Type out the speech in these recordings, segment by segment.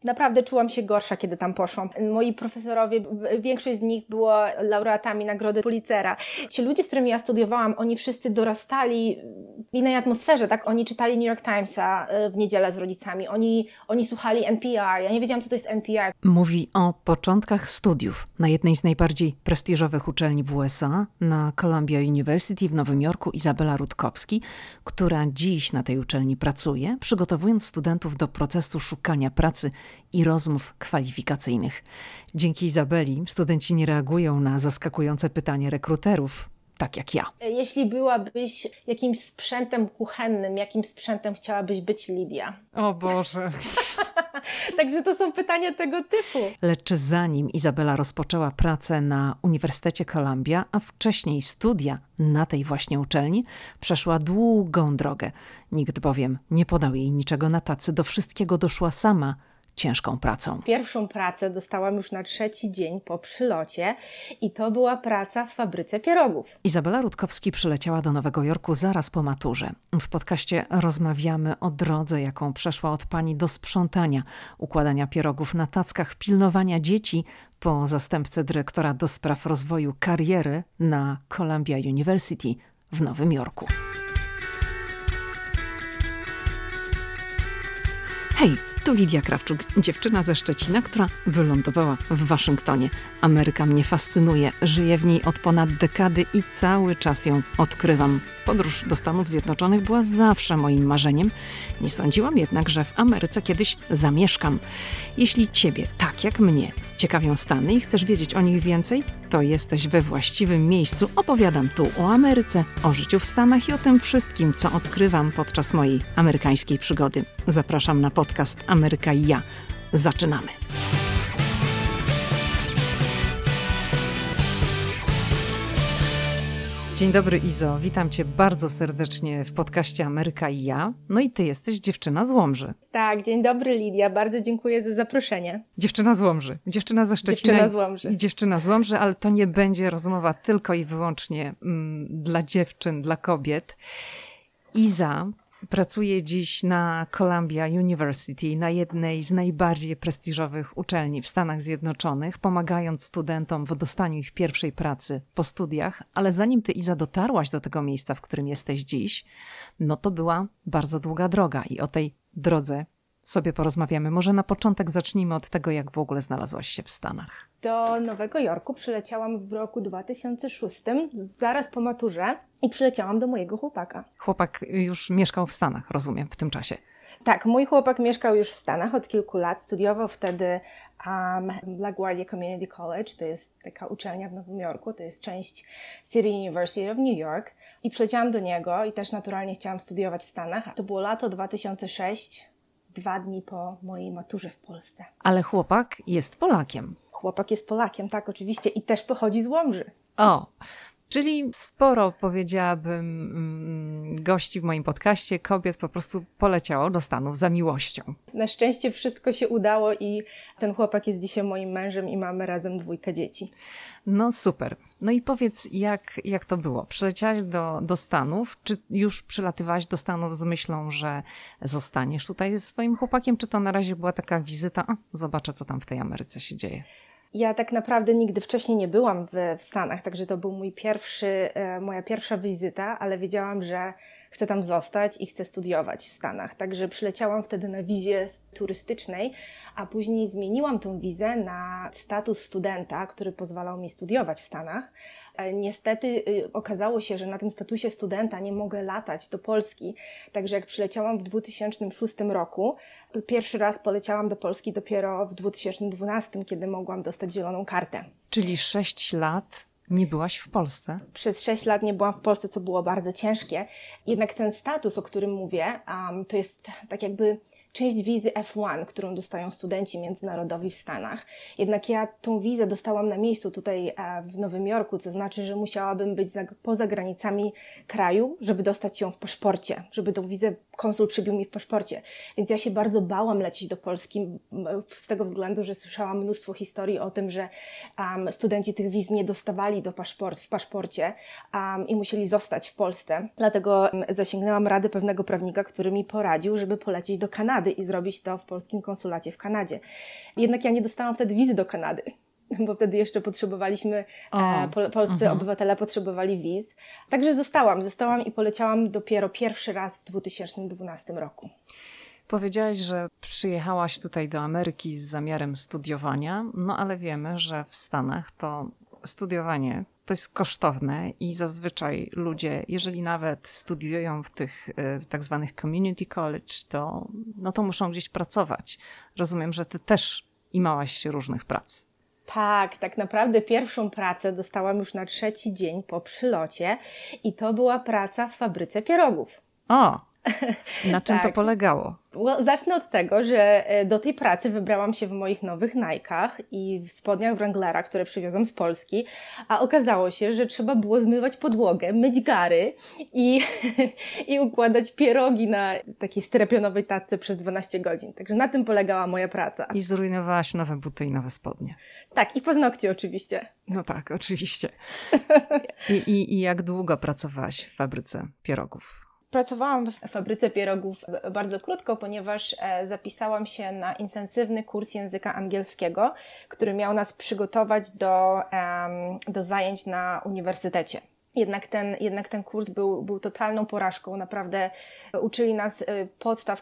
Naprawdę czułam się gorsza, kiedy tam poszłam. Moi profesorowie, większość z nich była laureatami Nagrody Pulitzera. Ci ludzie, z którymi ja studiowałam, oni wszyscy dorastali w innej atmosferze, tak? Oni czytali New York Timesa w niedzielę z rodzicami. Oni słuchali NPR. Ja nie wiedziałam, co to jest NPR. Mówi o początkach studiów na jednej z najbardziej prestiżowych uczelni w USA, na Columbia University w Nowym Jorku, Izabela Rutkowski, która dziś na tej uczelni pracuje, przygotowując studentów do procesu szukania pracy i rozmów kwalifikacyjnych. Dzięki Izabeli studenci nie reagują na zaskakujące pytania rekruterów, tak jak ja. Jeśli byłabyś jakimś sprzętem kuchennym, jakim sprzętem chciałabyś być, Lidia? O Boże. Także to są pytania tego typu. Lecz zanim Izabela rozpoczęła pracę na Uniwersytecie Columbia, a wcześniej studia na tej właśnie uczelni, przeszła długą drogę. Nikt bowiem nie podał jej niczego na tacy, do wszystkiego doszła sama, ciężką pracą. Pierwszą pracę dostałam już na 3. dzień po przylocie i to była praca w fabryce pierogów. Izabela Rutkowski przyleciała do Nowego Jorku zaraz po maturze. W podcaście rozmawiamy o drodze, jaką przeszła od pani do sprzątania, układania pierogów na tackach, pilnowania dzieci, po zastępcę dyrektora do spraw rozwoju kariery na Columbia University w Nowym Jorku. Hej! Tu Lidia Krawczuk, dziewczyna ze Szczecina, która wylądowała w Waszyngtonie. Ameryka mnie fascynuje, żyję w niej od ponad dekady i cały czas ją odkrywam. Podróż do Stanów Zjednoczonych była zawsze moim marzeniem. Nie sądziłam jednak, że w Ameryce kiedyś zamieszkam. Jeśli Ciebie, tak jak mnie, ciekawią Stany i chcesz wiedzieć o nich więcej, to jesteś we właściwym miejscu. Opowiadam tu o Ameryce, o życiu w Stanach i o tym wszystkim, co odkrywam podczas mojej amerykańskiej przygody. Zapraszam na podcast Ameryka i ja. Zaczynamy! Dzień dobry, Izo. Witam Cię bardzo serdecznie w podcaście Ameryka i ja. No i Ty jesteś dziewczyna z Łomży. Tak, dzień dobry, Lidia. Bardzo dziękuję za zaproszenie. Dziewczyna z Łomży. Dziewczyna ze Szczecina. Dziewczyna z Łomży. I dziewczyna z Łomży, ale to nie będzie rozmowa tylko i wyłącznie dla dziewczyn, dla kobiet. Iza pracuje dziś na Columbia University, na jednej z najbardziej prestiżowych uczelni w Stanach Zjednoczonych, pomagając studentom w dostaniu ich pierwszej pracy po studiach. Ale zanim Ty, Iza, dotarłaś do tego miejsca, w którym jesteś dziś, no to była bardzo długa droga i o tej drodze sobie porozmawiamy. Może na początek zacznijmy od tego, jak w ogóle znalazłaś się w Stanach. Do Nowego Jorku przyleciałam w roku 2006, zaraz po maturze, i przyleciałam do mojego chłopaka. Chłopak już mieszkał w Stanach, rozumiem, w tym czasie. Tak, mój chłopak mieszkał już w Stanach od kilku lat. Studiował wtedy w LaGuardia Community College, to jest taka uczelnia w Nowym Jorku, to jest część City University of New York. I przyleciałam do niego i też naturalnie chciałam studiować w Stanach. To było lato 2006, 2 dni po mojej maturze w Polsce. Ale chłopak jest Polakiem. Chłopak jest Polakiem, tak, oczywiście, i też pochodzi z Łomży. O, czyli sporo, powiedziałabym, gości w moim podcaście, kobiet po prostu poleciało do Stanów za miłością. Na szczęście wszystko się udało i ten chłopak jest dzisiaj moim mężem i mamy razem 2 dzieci. No super. No i powiedz, jak to było? Przyleciałaś do Stanów, czy już przylatywałaś do Stanów z myślą, że zostaniesz tutaj ze swoim chłopakiem, czy to na razie była taka wizyta, zobaczę, co tam w tej Ameryce się dzieje? Ja tak naprawdę nigdy wcześniej nie byłam w Stanach, także to był moja pierwsza wizyta, ale wiedziałam, że chcę tam zostać i chcę studiować w Stanach. Także przyleciałam wtedy na wizie turystycznej, a później zmieniłam tę wizę na status studenta, który pozwalał mi studiować w Stanach. Niestety okazało się, że na tym statusie studenta nie mogę latać do Polski, także jak przyleciałam w 2006 roku, to pierwszy raz poleciałam do Polski dopiero w 2012, kiedy mogłam dostać zieloną kartę. Czyli 6 lat nie byłaś w Polsce? Przez 6 lat nie byłam w Polsce, co było bardzo ciężkie. Jednak ten status, o którym mówię, to jest tak jakby część wizy F1, którą dostają studenci międzynarodowi w Stanach. Jednak ja tą wizę dostałam na miejscu tutaj w Nowym Jorku, co znaczy, że musiałabym być poza granicami kraju, żeby dostać ją w paszporcie, żeby tą wizę konsul przybił mi w paszporcie. Więc ja się bardzo bałam lecieć do Polski z tego względu, że słyszałam mnóstwo historii o tym, że studenci tych wiz nie dostawali w paszporcie i musieli zostać w Polsce. Dlatego zasięgnęłam rady pewnego prawnika, który mi poradził, żeby polecieć do Kanady. Kanady i zrobić to w polskim konsulacie w Kanadzie. Jednak ja nie dostałam wtedy wizy do Kanady, bo wtedy jeszcze potrzebowaliśmy, polscy obywatele potrzebowali wiz. Także zostałam i poleciałam dopiero pierwszy raz w 2012 roku. Powiedziałaś, że przyjechałaś tutaj do Ameryki z zamiarem studiowania, no ale wiemy, że w Stanach to studiowanie to jest kosztowne i zazwyczaj ludzie, jeżeli nawet studiują w tych tak zwanych community college, to muszą gdzieś pracować. Rozumiem, że ty też imałaś się różnych prac. Tak naprawdę pierwszą pracę dostałam już na 3. dzień po przylocie i to była praca w fabryce pierogów. O! Na czym to polegało? Zacznę od tego, że do tej pracy wybrałam się w moich nowych Nike'ach i w spodniach Wranglera, które przywiozłam z Polski, a okazało się, że trzeba było zmywać podłogę, myć gary i układać pierogi na takiej styropianowej tacce przez 12 godzin. Także na tym polegała moja praca. I zrujnowałaś nowe buty i nowe spodnie. Tak, i paznokcie oczywiście. No tak, oczywiście. I jak długo pracowałaś w fabryce pierogów? Pracowałam w fabryce pierogów bardzo krótko, ponieważ zapisałam się na intensywny kurs języka angielskiego, który miał nas przygotować do zajęć na uniwersytecie. Jednak ten kurs był totalną porażką. Naprawdę uczyli nas podstaw,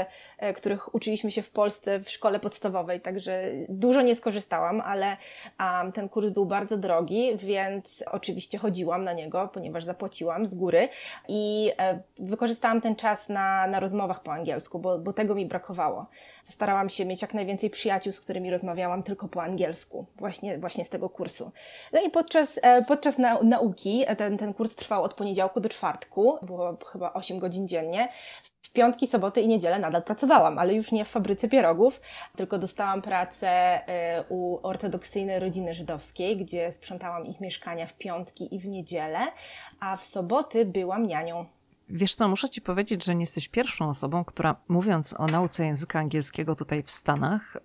których uczyliśmy się w Polsce w szkole podstawowej, także dużo nie skorzystałam, ale ten kurs był bardzo drogi, więc oczywiście chodziłam na niego, ponieważ zapłaciłam z góry i wykorzystałam ten czas na rozmowach po angielsku, bo tego mi brakowało. Starałam się mieć jak najwięcej przyjaciół, z którymi rozmawiałam tylko po angielsku, właśnie z tego kursu. No i podczas nauki, ten kurs trwał od poniedziałku do czwartku, było chyba 8 godzin dziennie. W piątki, soboty i niedzielę nadal pracowałam, ale już nie w fabryce pierogów, tylko dostałam pracę u ortodoksyjnej rodziny żydowskiej, gdzie sprzątałam ich mieszkania w piątki i w niedzielę, a w soboty byłam nianią. Wiesz co, muszę ci powiedzieć, że nie jesteś pierwszą osobą, która mówiąc o nauce języka angielskiego tutaj w Stanach,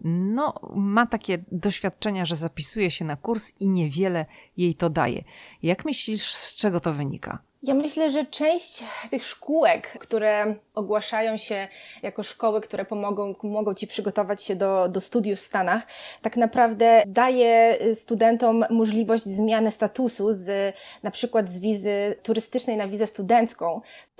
ma takie doświadczenia, że zapisuje się na kurs i niewiele jej to daje. Jak myślisz, z czego to wynika? Ja myślę, że część tych szkółek, które ogłaszają się jako szkoły, które mogą Ci przygotować się do studiów w Stanach, tak naprawdę daje studentom możliwość zmiany statusu na przykład z wizy turystycznej na wizę studencką,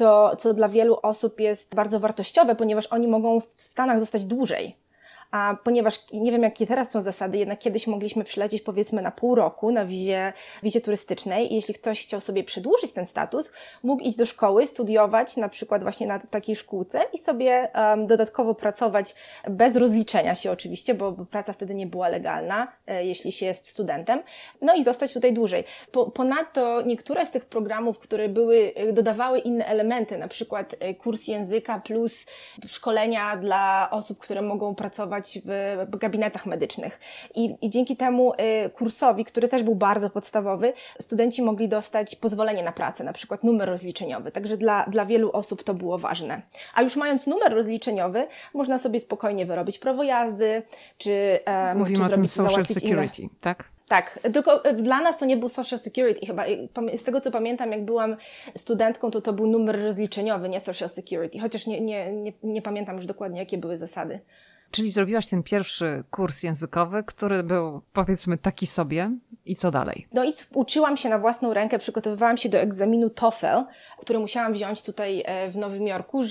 co dla wielu osób jest bardzo wartościowe, ponieważ oni mogą w Stanach zostać dłużej. A ponieważ nie wiem, jakie teraz są zasady, jednak kiedyś mogliśmy przylecieć powiedzmy na pół roku na wizie turystycznej i jeśli ktoś chciał sobie przedłużyć ten status, mógł iść do szkoły, studiować na przykład właśnie w takiej szkółce i sobie dodatkowo pracować bez rozliczenia się oczywiście, bo praca wtedy nie była legalna, jeśli się jest studentem, no i zostać tutaj dłużej. Ponadto niektóre z tych programów, które dodawały inne elementy, na przykład kurs języka plus szkolenia dla osób, które mogą pracować w gabinetach medycznych. I dzięki temu kursowi, który też był bardzo podstawowy, studenci mogli dostać pozwolenie na pracę, na przykład numer rozliczeniowy. Także dla wielu osób to było ważne. A już mając numer rozliczeniowy, można sobie spokojnie wyrobić prawo jazdy, czy Mówimy o tym Social Security, tak? Tak, tylko dla nas to nie był Social Security chyba. Z tego co pamiętam, jak byłam studentką, to był numer rozliczeniowy, nie Social Security. Chociaż nie pamiętam już dokładnie, jakie były zasady. Czyli zrobiłaś ten pierwszy kurs językowy, który był powiedzmy taki sobie i co dalej? No i uczyłam się na własną rękę, przygotowywałam się do egzaminu TOEFL, który musiałam wziąć tutaj w Nowym Jorku,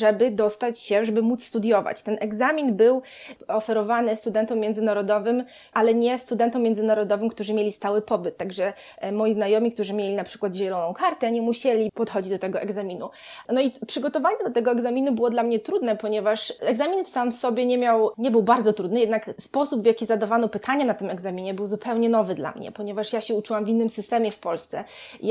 żeby móc studiować. Ten egzamin był oferowany studentom międzynarodowym, ale nie studentom międzynarodowym, którzy mieli stały pobyt. Także moi znajomi, którzy mieli na przykład zieloną kartę, nie musieli podchodzić do tego egzaminu. No i przygotowanie do tego egzaminu było dla mnie trudne, ponieważ egzamin sam w sobie nie był bardzo trudny, jednak sposób, w jaki zadawano pytania na tym egzaminie był zupełnie nowy dla mnie, ponieważ ja się uczyłam w innym systemie w Polsce.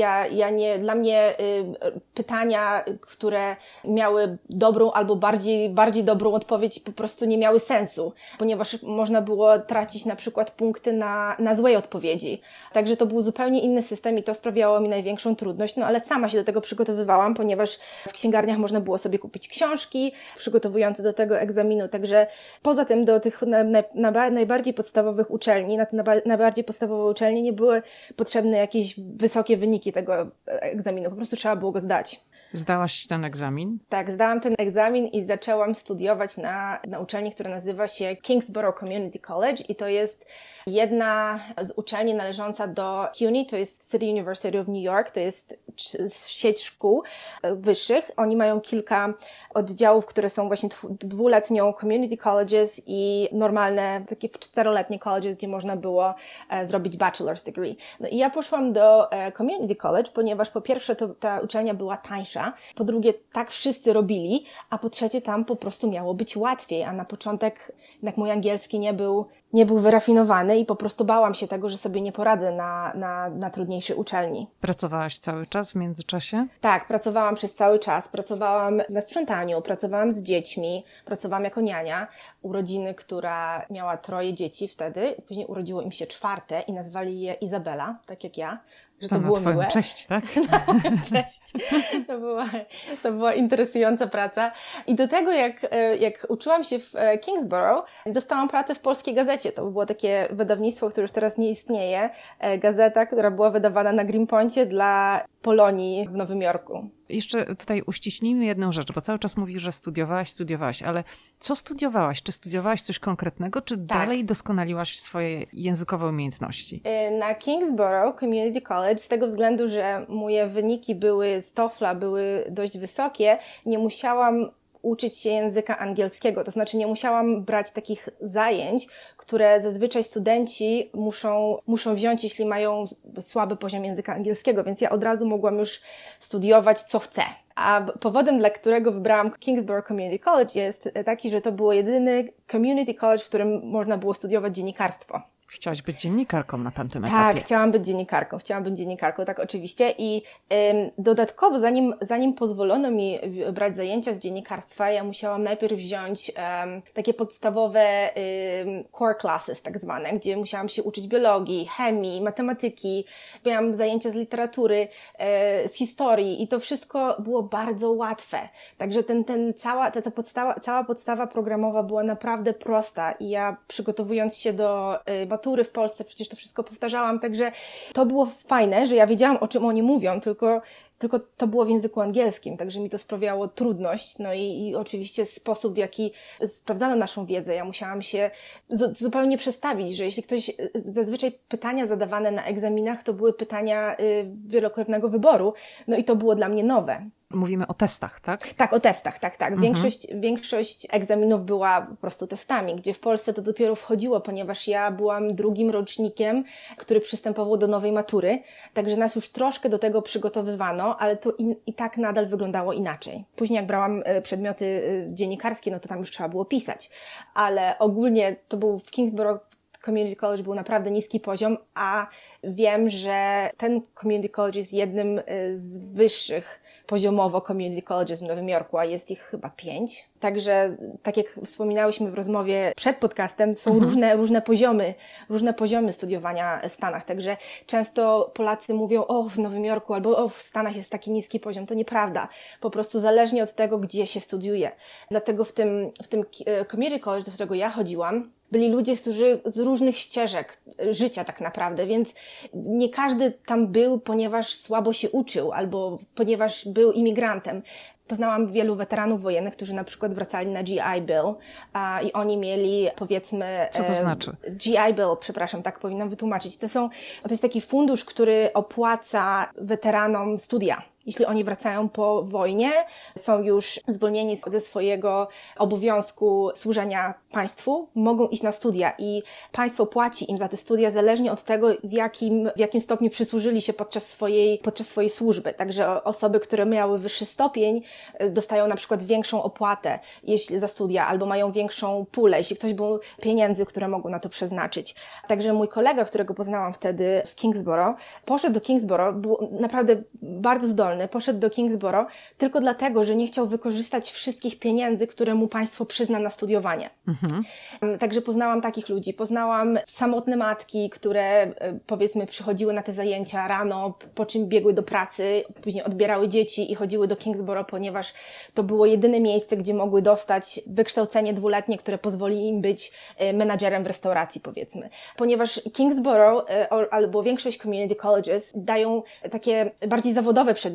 Dla mnie pytania, które miały dobrą albo bardziej dobrą odpowiedź po prostu nie miały sensu, ponieważ można było tracić na przykład punkty na złej odpowiedzi. Także to był zupełnie inny system i to sprawiało mi największą trudność, ale sama się do tego przygotowywałam, ponieważ w księgarniach można było sobie kupić książki przygotowujące do tego egzaminu, także poza tym do tych najbardziej podstawowych uczelni, na te najbardziej podstawowe uczelnie nie były potrzebne jakieś wysokie wyniki tego egzaminu, po prostu trzeba było go zdać. Zdałaś ten egzamin? Tak, zdałam ten egzamin i zaczęłam studiować na uczelni, która nazywa się Kingsborough Community College i to jest jedna z uczelni należąca do CUNY, to jest City University of New York, to jest sieć szkół wyższych. Oni mają kilka oddziałów, które są właśnie dwuletnią community colleges i normalne, takie 4-letnie colleges, gdzie można było zrobić bachelor's degree. No i ja poszłam do community college, ponieważ po pierwsze ta uczelnia była tańsza, po drugie tak wszyscy robili, a po trzecie tam po prostu miało być łatwiej, a na początek jednak mój angielski nie był wyrafinowany i po prostu bałam się tego, że sobie nie poradzę na trudniejszej uczelni. Pracowałaś cały czas w międzyczasie? Tak, pracowałam przez cały czas. Pracowałam na sprzątaniu, pracowałam z dziećmi, pracowałam jako niania u rodziny, która miała 3 dzieci wtedy. Później urodziło im się 4 i nazwali je Izabela, tak jak ja. Że to było miłe. Cześć, tak? Cześć. To była interesująca praca. I do tego, jak uczyłam się w Kingsborough, dostałam pracę w Polskiej Gazecie. To było takie wydawnictwo, które już teraz nie istnieje. Gazeta, która była wydawana na Greenpointie dla Polonii w Nowym Jorku. Jeszcze tutaj uściśnijmy jedną rzecz, bo cały czas mówisz, że studiowałaś, ale co studiowałaś? Czy studiowałaś coś konkretnego, czy dalej doskonaliłaś swoje językowe umiejętności? Na Kingsborough Community College, z tego względu, że moje wyniki z TOEFLa były dość wysokie, nie musiałam uczyć się języka angielskiego, to znaczy nie musiałam brać takich zajęć, które zazwyczaj studenci muszą wziąć, jeśli mają słaby poziom języka angielskiego, więc ja od razu mogłam już studiować, co chcę. A powodem, dla którego wybrałam Kingsborough Community College jest taki, że to było jedyny community college, w którym można było studiować dziennikarstwo. Chciałaś być dziennikarką na tamtym etapie. Tak, chciałam być dziennikarką, tak oczywiście. I dodatkowo, zanim pozwolono mi brać zajęcia z dziennikarstwa, ja musiałam najpierw wziąć takie podstawowe core classes tak zwane, gdzie musiałam się uczyć biologii, chemii, matematyki, miałam zajęcia z literatury, z historii i to wszystko było bardzo łatwe. Także cała podstawa programowa była naprawdę prosta i ja przygotowując się do matury w Polsce, przecież to wszystko powtarzałam, także to było fajne, że ja wiedziałam, o czym oni mówią, tylko to było w języku angielskim, także mi to sprawiało trudność, no i oczywiście sposób, w jaki sprawdzano naszą wiedzę, ja musiałam się zupełnie przestawić, że jeśli zazwyczaj pytania zadawane na egzaminach to były pytania wielokrotnego wyboru, no i to było dla mnie nowe. Mówimy o testach, tak? Tak, o testach, tak. Większość egzaminów była po prostu testami, gdzie w Polsce to dopiero wchodziło, ponieważ ja byłam 2. rocznikiem, który przystępował do nowej matury, także nas już troszkę do tego przygotowywano, ale to i tak nadal wyglądało inaczej. Później jak brałam przedmioty dziennikarskie, no to tam już trzeba było pisać, ale ogólnie to był w Kingsborough Community College był naprawdę niski poziom, a wiem, że ten Community College jest jednym z wyższych poziomowo community colleges w Nowym Jorku, a jest ich chyba 5. Także, tak jak wspominałyśmy w rozmowie przed podcastem, są różne poziomy studiowania w Stanach. Także często Polacy mówią, w Nowym Jorku albo w Stanach jest taki niski poziom. To nieprawda. Po prostu zależnie od tego, gdzie się studiuje. Dlatego w tym community college, do którego ja chodziłam, byli ludzie, którzy z różnych ścieżek życia tak naprawdę, więc nie każdy tam był, ponieważ słabo się uczył albo ponieważ był imigrantem. Poznałam wielu weteranów wojennych, którzy na przykład wracali na GI Bill i oni mieli, powiedzmy... Co to znaczy? GI Bill, przepraszam, tak powinnam wytłumaczyć. To jest taki fundusz, który opłaca weteranom studia. Jeśli oni wracają po wojnie, są już zwolnieni ze swojego obowiązku służenia państwu, mogą iść na studia i państwo płaci im za te studia zależnie od tego, w jakim stopniu przysłużyli się podczas swojej służby. Także osoby, które miały wyższy stopień, dostają na przykład większą opłatę za studia albo mają większą pulę, jeśli ktoś był pieniędzy, które mogą na to przeznaczyć. Także mój kolega, którego poznałam wtedy w Kingsborough, poszedł do Kingsborough, był naprawdę bardzo zdolny, poszedł do Kingsborough tylko dlatego, że nie chciał wykorzystać wszystkich pieniędzy, które mu państwo przyzna na studiowanie. Mhm. Także poznałam takich ludzi. Poznałam samotne matki, które powiedzmy przychodziły na te zajęcia rano, po czym biegły do pracy, później odbierały dzieci i chodziły do Kingsborough, ponieważ to było jedyne miejsce, gdzie mogły dostać wykształcenie 2-letnie, które pozwoli im być menadżerem w restauracji, powiedzmy. Ponieważ Kingsborough albo większość community colleges dają takie bardziej zawodowe przedmioty,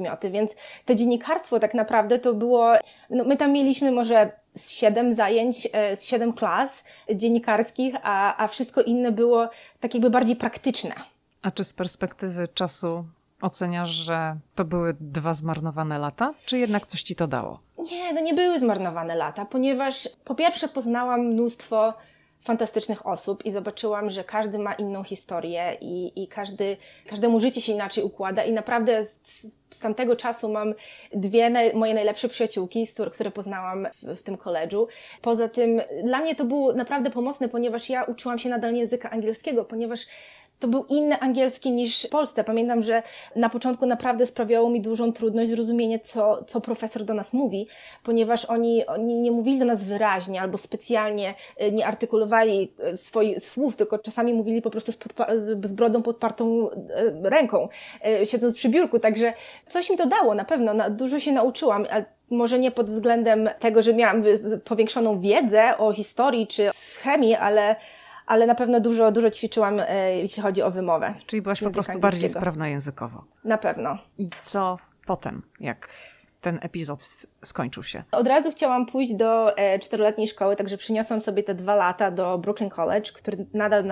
przedmioty, więc to dziennikarstwo tak naprawdę to było, no my tam mieliśmy może z 7 zajęć, z 7 klas dziennikarskich, a wszystko inne było tak jakby bardziej praktyczne. A czy z perspektywy czasu oceniasz, że to były 2 zmarnowane lata, czy jednak coś ci to dało? Nie, no nie były zmarnowane lata, ponieważ po pierwsze poznałam mnóstwo fantastycznych osób i zobaczyłam, że każdy ma inną historię i każdemu życie się inaczej układa i naprawdę z tamtego czasu mam 2 moje najlepsze przyjaciółki, które poznałam w tym koledżu. Poza tym dla mnie to było naprawdę pomocne, ponieważ ja uczyłam się nadal języka angielskiego, ponieważ to był inny angielski niż w Polsce. Pamiętam, że na początku naprawdę sprawiało mi dużą trudność zrozumienie, co profesor do nas mówi, ponieważ oni nie mówili do nas wyraźnie albo specjalnie nie artykulowali swoich słów, tylko czasami mówili po prostu z brodą podpartą ręką, siedząc przy biurku. Także coś mi to dało na pewno. Dużo się nauczyłam, ale może nie pod względem tego, że miałam powiększoną wiedzę o historii czy chemii, ale na pewno dużo ćwiczyłam, jeśli chodzi o wymowę. Czyli byłaś po prostu bardziej sprawna językowo. Na pewno. I co potem, jak ten epizod skończył się? Od razu chciałam pójść do 4-letniej szkoły, także przyniosłam sobie te 2 lata do Brooklyn College, który nadal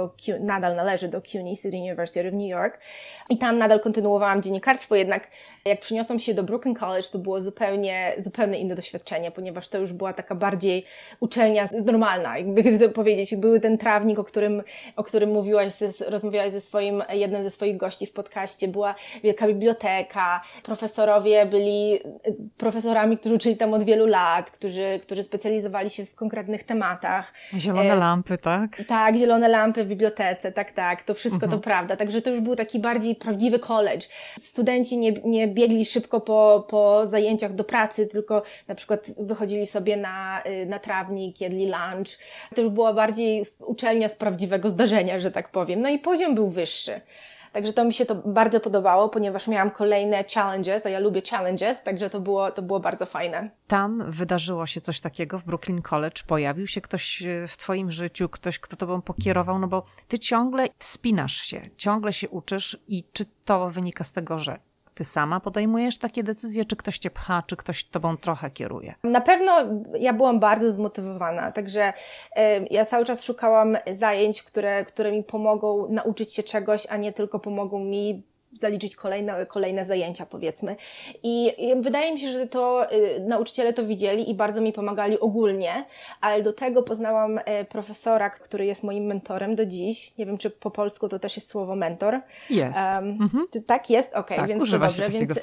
należy do CUNY, City University of New York. I tam nadal kontynuowałam dziennikarstwo, jednak jak przyniosłam się do Brooklyn College, to było zupełnie inne doświadczenie, ponieważ to już była taka bardziej uczelnia normalna, jakby to powiedzieć. Był ten trawnik, o którym rozmawiałaś jednym ze swoich gości w podcaście. Była wielka biblioteka, profesorowie byli profesorami, którzy uczyli tam od wielu lat, którzy specjalizowali się w konkretnych tematach. Zielone lampy, tak? Tak, zielone lampy w bibliotece, tak, to wszystko to prawda. Także to już był taki bardziej prawdziwy college. Studenci nie biegli szybko po zajęciach do pracy, tylko na przykład wychodzili sobie na trawnik, jedli lunch. To już była bardziej uczelnia z prawdziwego zdarzenia, że tak powiem. No i poziom był wyższy. Także to mi się to bardzo podobało, ponieważ miałam kolejne challenges, a ja lubię challenges, także to było bardzo fajne. Tam wydarzyło się coś takiego w Brooklyn College? Pojawił się ktoś w twoim życiu, ktoś, kto tobą pokierował? No bo ty ciągle wspinasz się, ciągle się uczysz i czy to wynika z tego, że ty sama podejmujesz takie decyzje, czy ktoś cię pcha, czy ktoś tobą trochę kieruje? Na pewno ja byłam bardzo zmotywowana, także ja cały czas szukałam zajęć, które mi pomogą nauczyć się czegoś, a nie tylko pomogą mi zaliczyć kolejne zajęcia, powiedzmy. I wydaje mi się, że to nauczyciele to widzieli i bardzo mi pomagali ogólnie, ale do tego poznałam profesora, który jest moim mentorem do dziś. Nie wiem, czy po polsku to też jest słowo mentor. Jest. Czy tak jest? Okej, tak, więc to dobrze. Więc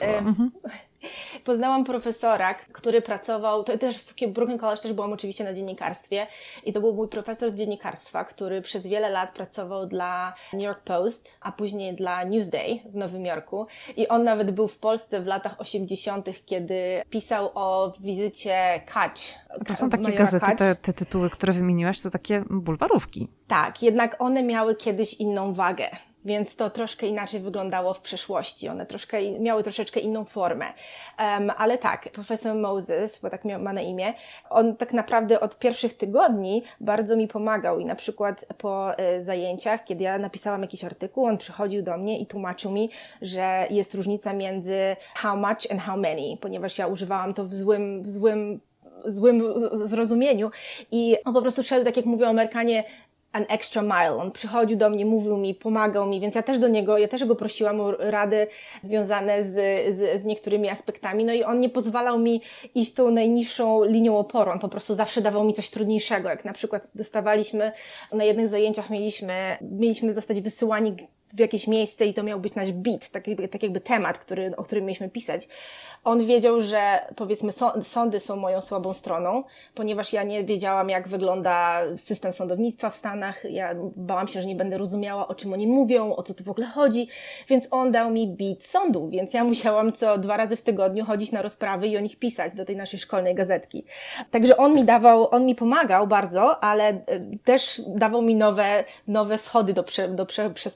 poznałam profesora, który pracował, to też w Brooklyn College też byłam oczywiście na dziennikarstwie i to był mój profesor z dziennikarstwa, który przez wiele lat pracował dla New York Post, a później dla Newsday w Nowym Jorku i on nawet był w Polsce w latach 80., kiedy pisał o wizycie Kutch. To są takie gazety, te tytuły, które wymieniłaś, to takie bulwarówki. Tak, jednak one miały kiedyś inną wagę. Więc to troszkę inaczej wyglądało w przeszłości. One miały troszeczkę inną formę. Ale tak, profesor Moses, bo tak ma na imię, on tak naprawdę od pierwszych tygodni bardzo mi pomagał i na przykład po zajęciach, kiedy ja napisałam jakiś artykuł, on przychodził do mnie i tłumaczył mi, że jest różnica między how much and how many, ponieważ ja używałam to w złym zrozumieniu i on po prostu szedł, tak jak mówią Amerykanie, an extra mile. On przychodził do mnie, mówił mi, pomagał mi, więc ja też go prosiłam o rady związane z niektórymi aspektami. No i on nie pozwalał mi iść tą najniższą linią oporu. On po prostu zawsze dawał mi coś trudniejszego. Jak na przykład na jednych zajęciach mieliśmy zostać wysyłani w jakieś miejsce i to miał być nasz beat, tak jakby temat, o którym mieliśmy pisać. On wiedział, że powiedzmy sądy są moją słabą stroną, ponieważ ja nie wiedziałam, jak wygląda system sądownictwa w Stanach. Ja bałam się, że nie będę rozumiała, o czym oni mówią, o co tu w ogóle chodzi, więc on dał mi beat sądu, więc ja musiałam 2 razy w tygodniu chodzić na rozprawy i o nich pisać do tej naszej szkolnej gazetki. Także on mi pomagał bardzo, ale też dawał mi nowe schody do przeskoczenia.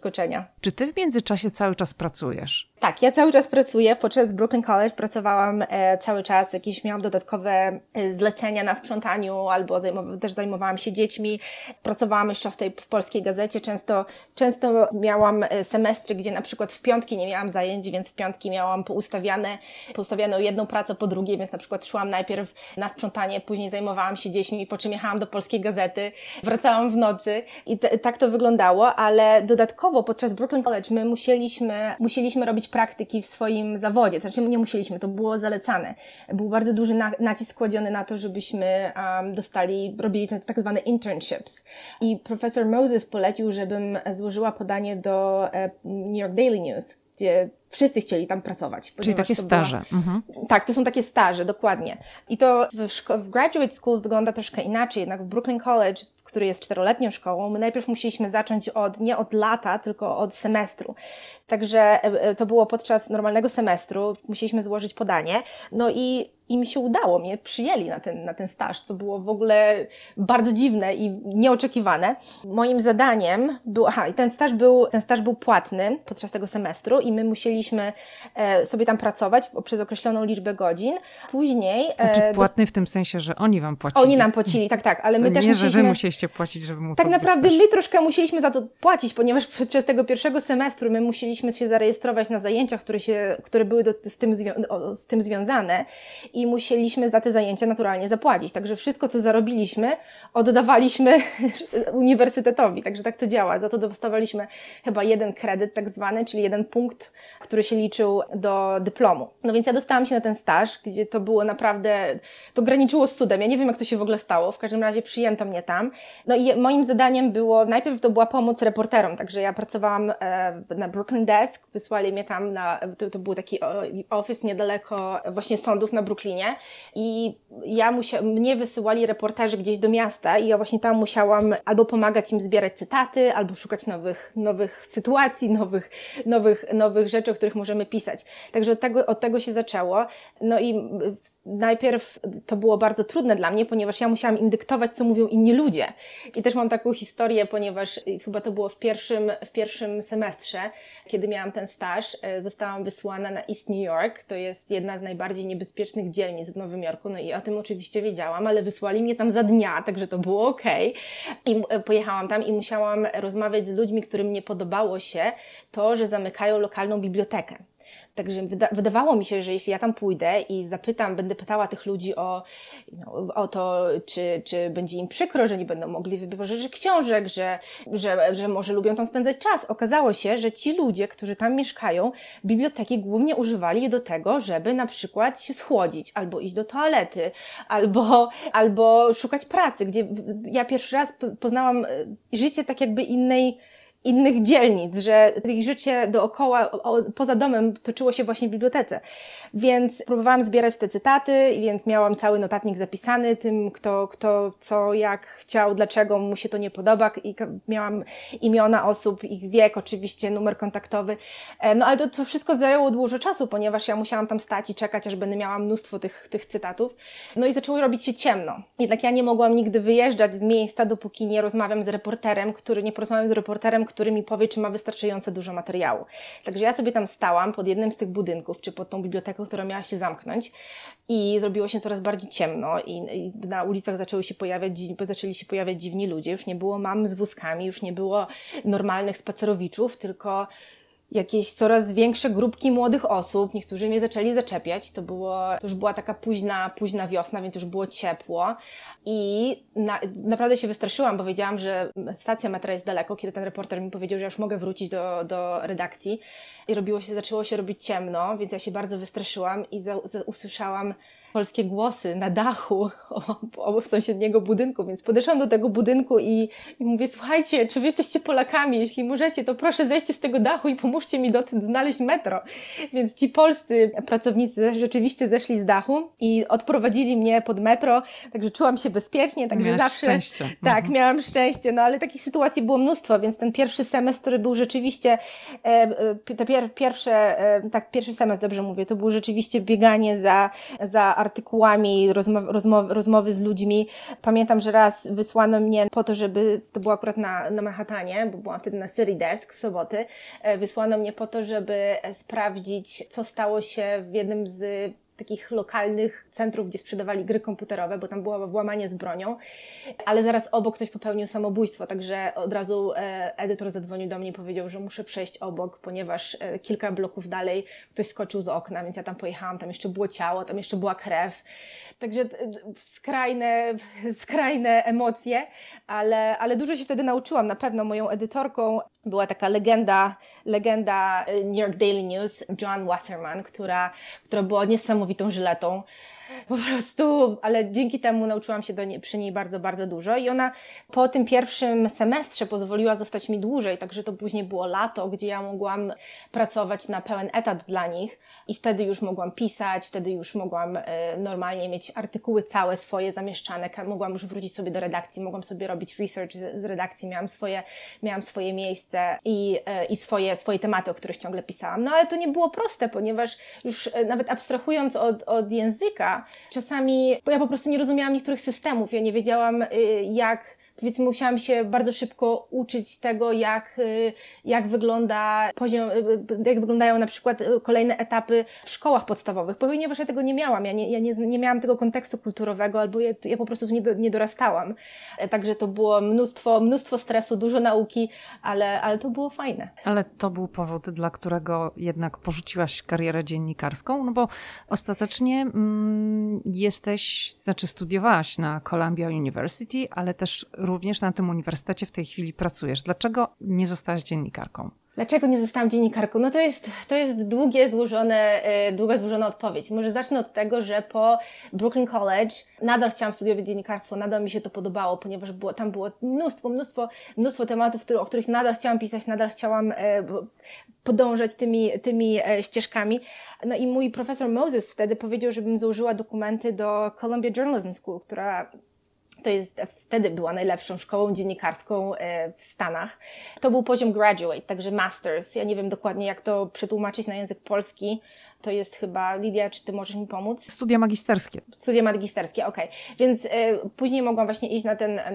Czy ty w międzyczasie cały czas pracujesz? Tak, ja cały czas pracuję. Podczas Brooklyn College pracowałam cały czas. Jakieś miałam dodatkowe zlecenia na sprzątaniu albo też zajmowałam się dziećmi. Pracowałam jeszcze w polskiej gazecie. Często miałam semestry, gdzie na przykład w piątki nie miałam zajęć, więc w piątki miałam poustawiane jedną pracę po drugiej, więc na przykład szłam najpierw na sprzątanie, później zajmowałam się dziećmi, po czym jechałam do polskiej gazety, wracałam w nocy i tak to wyglądało, ale dodatkowo podczas Brooklyn College my musieliśmy robić praktyki w swoim zawodzie. Znaczy nie musieliśmy, to było zalecane. Był bardzo duży nacisk kładziony na to, żebyśmy robili te tak zwane internships. I profesor Moses polecił, żebym złożyła podanie do New York Daily News, gdzie wszyscy chcieli tam pracować. Czyli takie staże. Tak, to są takie staże, dokładnie. I to w graduate school wygląda troszkę inaczej, jednak w Brooklyn College, który jest 4-letnią szkołą, my najpierw musieliśmy zacząć nie od lata, tylko od semestru. Także to było podczas normalnego semestru, musieliśmy złożyć podanie, no i mi się udało, mnie przyjęli na ten staż, co było w ogóle bardzo dziwne i nieoczekiwane. Moim zadaniem był, i ten staż był płatny podczas tego semestru i my musieliśmy sobie tam pracować przez określoną liczbę godzin. Później... Znaczy płatny w tym sensie, że oni wam płacili. Oni nam płacili, tak, ale my też musieliśmy... że wy musieliście płacić, żeby móc... Tak naprawdę my troszkę musieliśmy za to płacić, ponieważ podczas tego pierwszego semestru my musieliśmy się zarejestrować na zajęciach, które były z tym związane i musieliśmy za te zajęcia naturalnie zapłacić. Także wszystko, co zarobiliśmy, oddawaliśmy uniwersytetowi. Także tak to działa. Za to dostawaliśmy chyba 1 kredyt tak zwany, czyli 1 punkt, który się liczył do dyplomu. No więc ja dostałam się na ten staż, gdzie to było naprawdę, to graniczyło z cudem. Ja nie wiem, jak to się w ogóle stało. W każdym razie przyjęto mnie tam. No i moim zadaniem było, najpierw to była pomoc reporterom, także ja pracowałam na Brooklyn Desk, wysłali mnie tam to był taki office niedaleko właśnie sądów na Brooklynie i mnie wysyłali reporterzy gdzieś do miasta i ja właśnie tam musiałam albo pomagać im zbierać cytaty, albo szukać nowych sytuacji, nowych rzeczy, o których możemy pisać. Także od tego się zaczęło. No i najpierw to było bardzo trudne dla mnie, ponieważ ja musiałam im dyktować, co mówią inni ludzie. I też mam taką historię, ponieważ chyba to było w pierwszym semestrze, kiedy miałam ten staż, zostałam wysłana na East New York. To jest jedna z najbardziej niebezpiecznych dzielnic w Nowym Jorku. No i o tym oczywiście wiedziałam, ale wysłali mnie tam za dnia, także to było okej. I pojechałam tam i musiałam rozmawiać z ludźmi, którym nie podobało się to, że zamykają lokalną bibliotekę. Także wydawało mi się, że jeśli ja tam pójdę i będę pytała tych ludzi o to, czy będzie im przykro, że nie będą mogli wypożyczyć książek, że może lubią tam spędzać czas. Okazało się, że ci ludzie, którzy tam mieszkają, biblioteki głównie używali do tego, żeby na przykład się schłodzić, albo iść do toalety, albo szukać pracy, gdzie ja pierwszy raz poznałam życie tak jakby innych dzielnic, że ich życie dookoła, poza domem toczyło się właśnie w bibliotece. Więc próbowałam zbierać te cytaty, więc miałam cały notatnik zapisany tym, kto co, jak chciał, dlaczego mu się to nie podoba i miałam imiona osób, ich wiek, oczywiście numer kontaktowy. No ale to wszystko zajęło dużo czasu, ponieważ ja musiałam tam stać i czekać, aż będę miała mnóstwo tych cytatów. No i zaczęło robić się ciemno. Jednak ja nie mogłam nigdy wyjeżdżać z miejsca, dopóki nie porozmawiam z reporterem, który mi powie, czy ma wystarczająco dużo materiału. Także ja sobie tam stałam pod jednym z tych budynków, czy pod tą biblioteką, która miała się zamknąć i zrobiło się coraz bardziej ciemno i na ulicach zaczęli się pojawiać dziwni ludzie. Już nie było mam z wózkami, już nie było normalnych spacerowiczów, tylko jakieś coraz większe grupki młodych osób. Niektórzy mnie zaczęli zaczepiać. To już była taka późna wiosna, więc już było ciepło. I naprawdę się wystraszyłam, bo wiedziałam, że stacja metra jest daleko, kiedy ten reporter mi powiedział, że ja już mogę wrócić do redakcji. I zaczęło się robić ciemno, więc ja się bardzo wystraszyłam i usłyszałam polskie głosy na dachu obok sąsiedniego budynku, więc podeszłam do tego budynku i mówię, słuchajcie, czy wy jesteście Polakami? Jeśli możecie, to proszę zejście z tego dachu i pomóżcie mi znaleźć metro. Więc ci polscy pracownicy rzeczywiście zeszli z dachu i odprowadzili mnie pod metro, także czułam się bezpiecznie, także Miałaś zawsze... szczęście. Tak, miałam szczęście, no ale takich sytuacji było mnóstwo, więc ten pierwszy semestr był rzeczywiście, pierwszy semestr, dobrze mówię, to było rzeczywiście bieganie za artykułami, rozmowy z ludźmi. Pamiętam, że raz wysłano mnie po to, żeby, to było akurat na Manhattanie, bo byłam wtedy na City Desk w soboty, wysłano mnie po to, żeby sprawdzić, co stało się w jednym z takich lokalnych centrów, gdzie sprzedawali gry komputerowe, bo tam było włamanie z bronią, ale zaraz obok ktoś popełnił samobójstwo, także od razu edytor zadzwonił do mnie i powiedział, że muszę przejść obok, ponieważ kilka bloków dalej ktoś skoczył z okna, więc ja tam pojechałam, tam jeszcze było ciało, tam jeszcze była krew, także skrajne emocje, ale dużo się wtedy nauczyłam, na pewno moją edytorką była taka legenda New York Daily News, Joanne Wasserman, która była niesamowitą żyletą. Po prostu, ale dzięki temu nauczyłam się przy niej bardzo, bardzo dużo i ona po tym pierwszym semestrze pozwoliła zostać mi dłużej, także to później było lato, gdzie ja mogłam pracować na pełen etat dla nich i wtedy już mogłam pisać, wtedy już mogłam normalnie mieć artykuły całe swoje zamieszczane, mogłam już wrócić sobie do redakcji, mogłam sobie robić research z redakcji, miałam swoje miejsce i swoje tematy, o których ciągle pisałam. No ale to nie było proste, ponieważ już nawet abstrahując od języka, czasami, bo ja po prostu nie rozumiałam niektórych systemów, ja nie wiedziałam powiedzmy, musiałam się bardzo szybko uczyć tego, jak wygląda poziom, jak wyglądają na przykład kolejne etapy w szkołach podstawowych, ponieważ ja tego nie miałam, ja nie miałam tego kontekstu kulturowego, albo ja po prostu tu nie dorastałam. Także to było mnóstwo stresu, dużo nauki, ale to było fajne. Ale to był powód, dla którego jednak porzuciłaś karierę dziennikarską, no bo ostatecznie studiowałaś na Columbia University, ale też również na tym uniwersytecie w tej chwili pracujesz. Dlaczego nie zostałaś dziennikarką? Dlaczego nie zostałam dziennikarką? No to jest długa, złożona odpowiedź. Może zacznę od tego, że po Brooklyn College nadal chciałam studiować dziennikarstwo, nadal mi się to podobało, ponieważ tam było mnóstwo tematów, o których nadal chciałam pisać, nadal chciałam podążać tymi ścieżkami. No i mój profesor Moses wtedy powiedział, żebym założyła dokumenty do Columbia Journalism School, która wtedy była najlepszą szkołą dziennikarską w Stanach. To był poziom graduate, także masters. Ja nie wiem dokładnie, jak to przetłumaczyć na język polski. To jest chyba, Lidia, czy ty możesz mi pomóc? Studia magisterskie. Studia magisterskie, okej. Więc później mogłam właśnie iść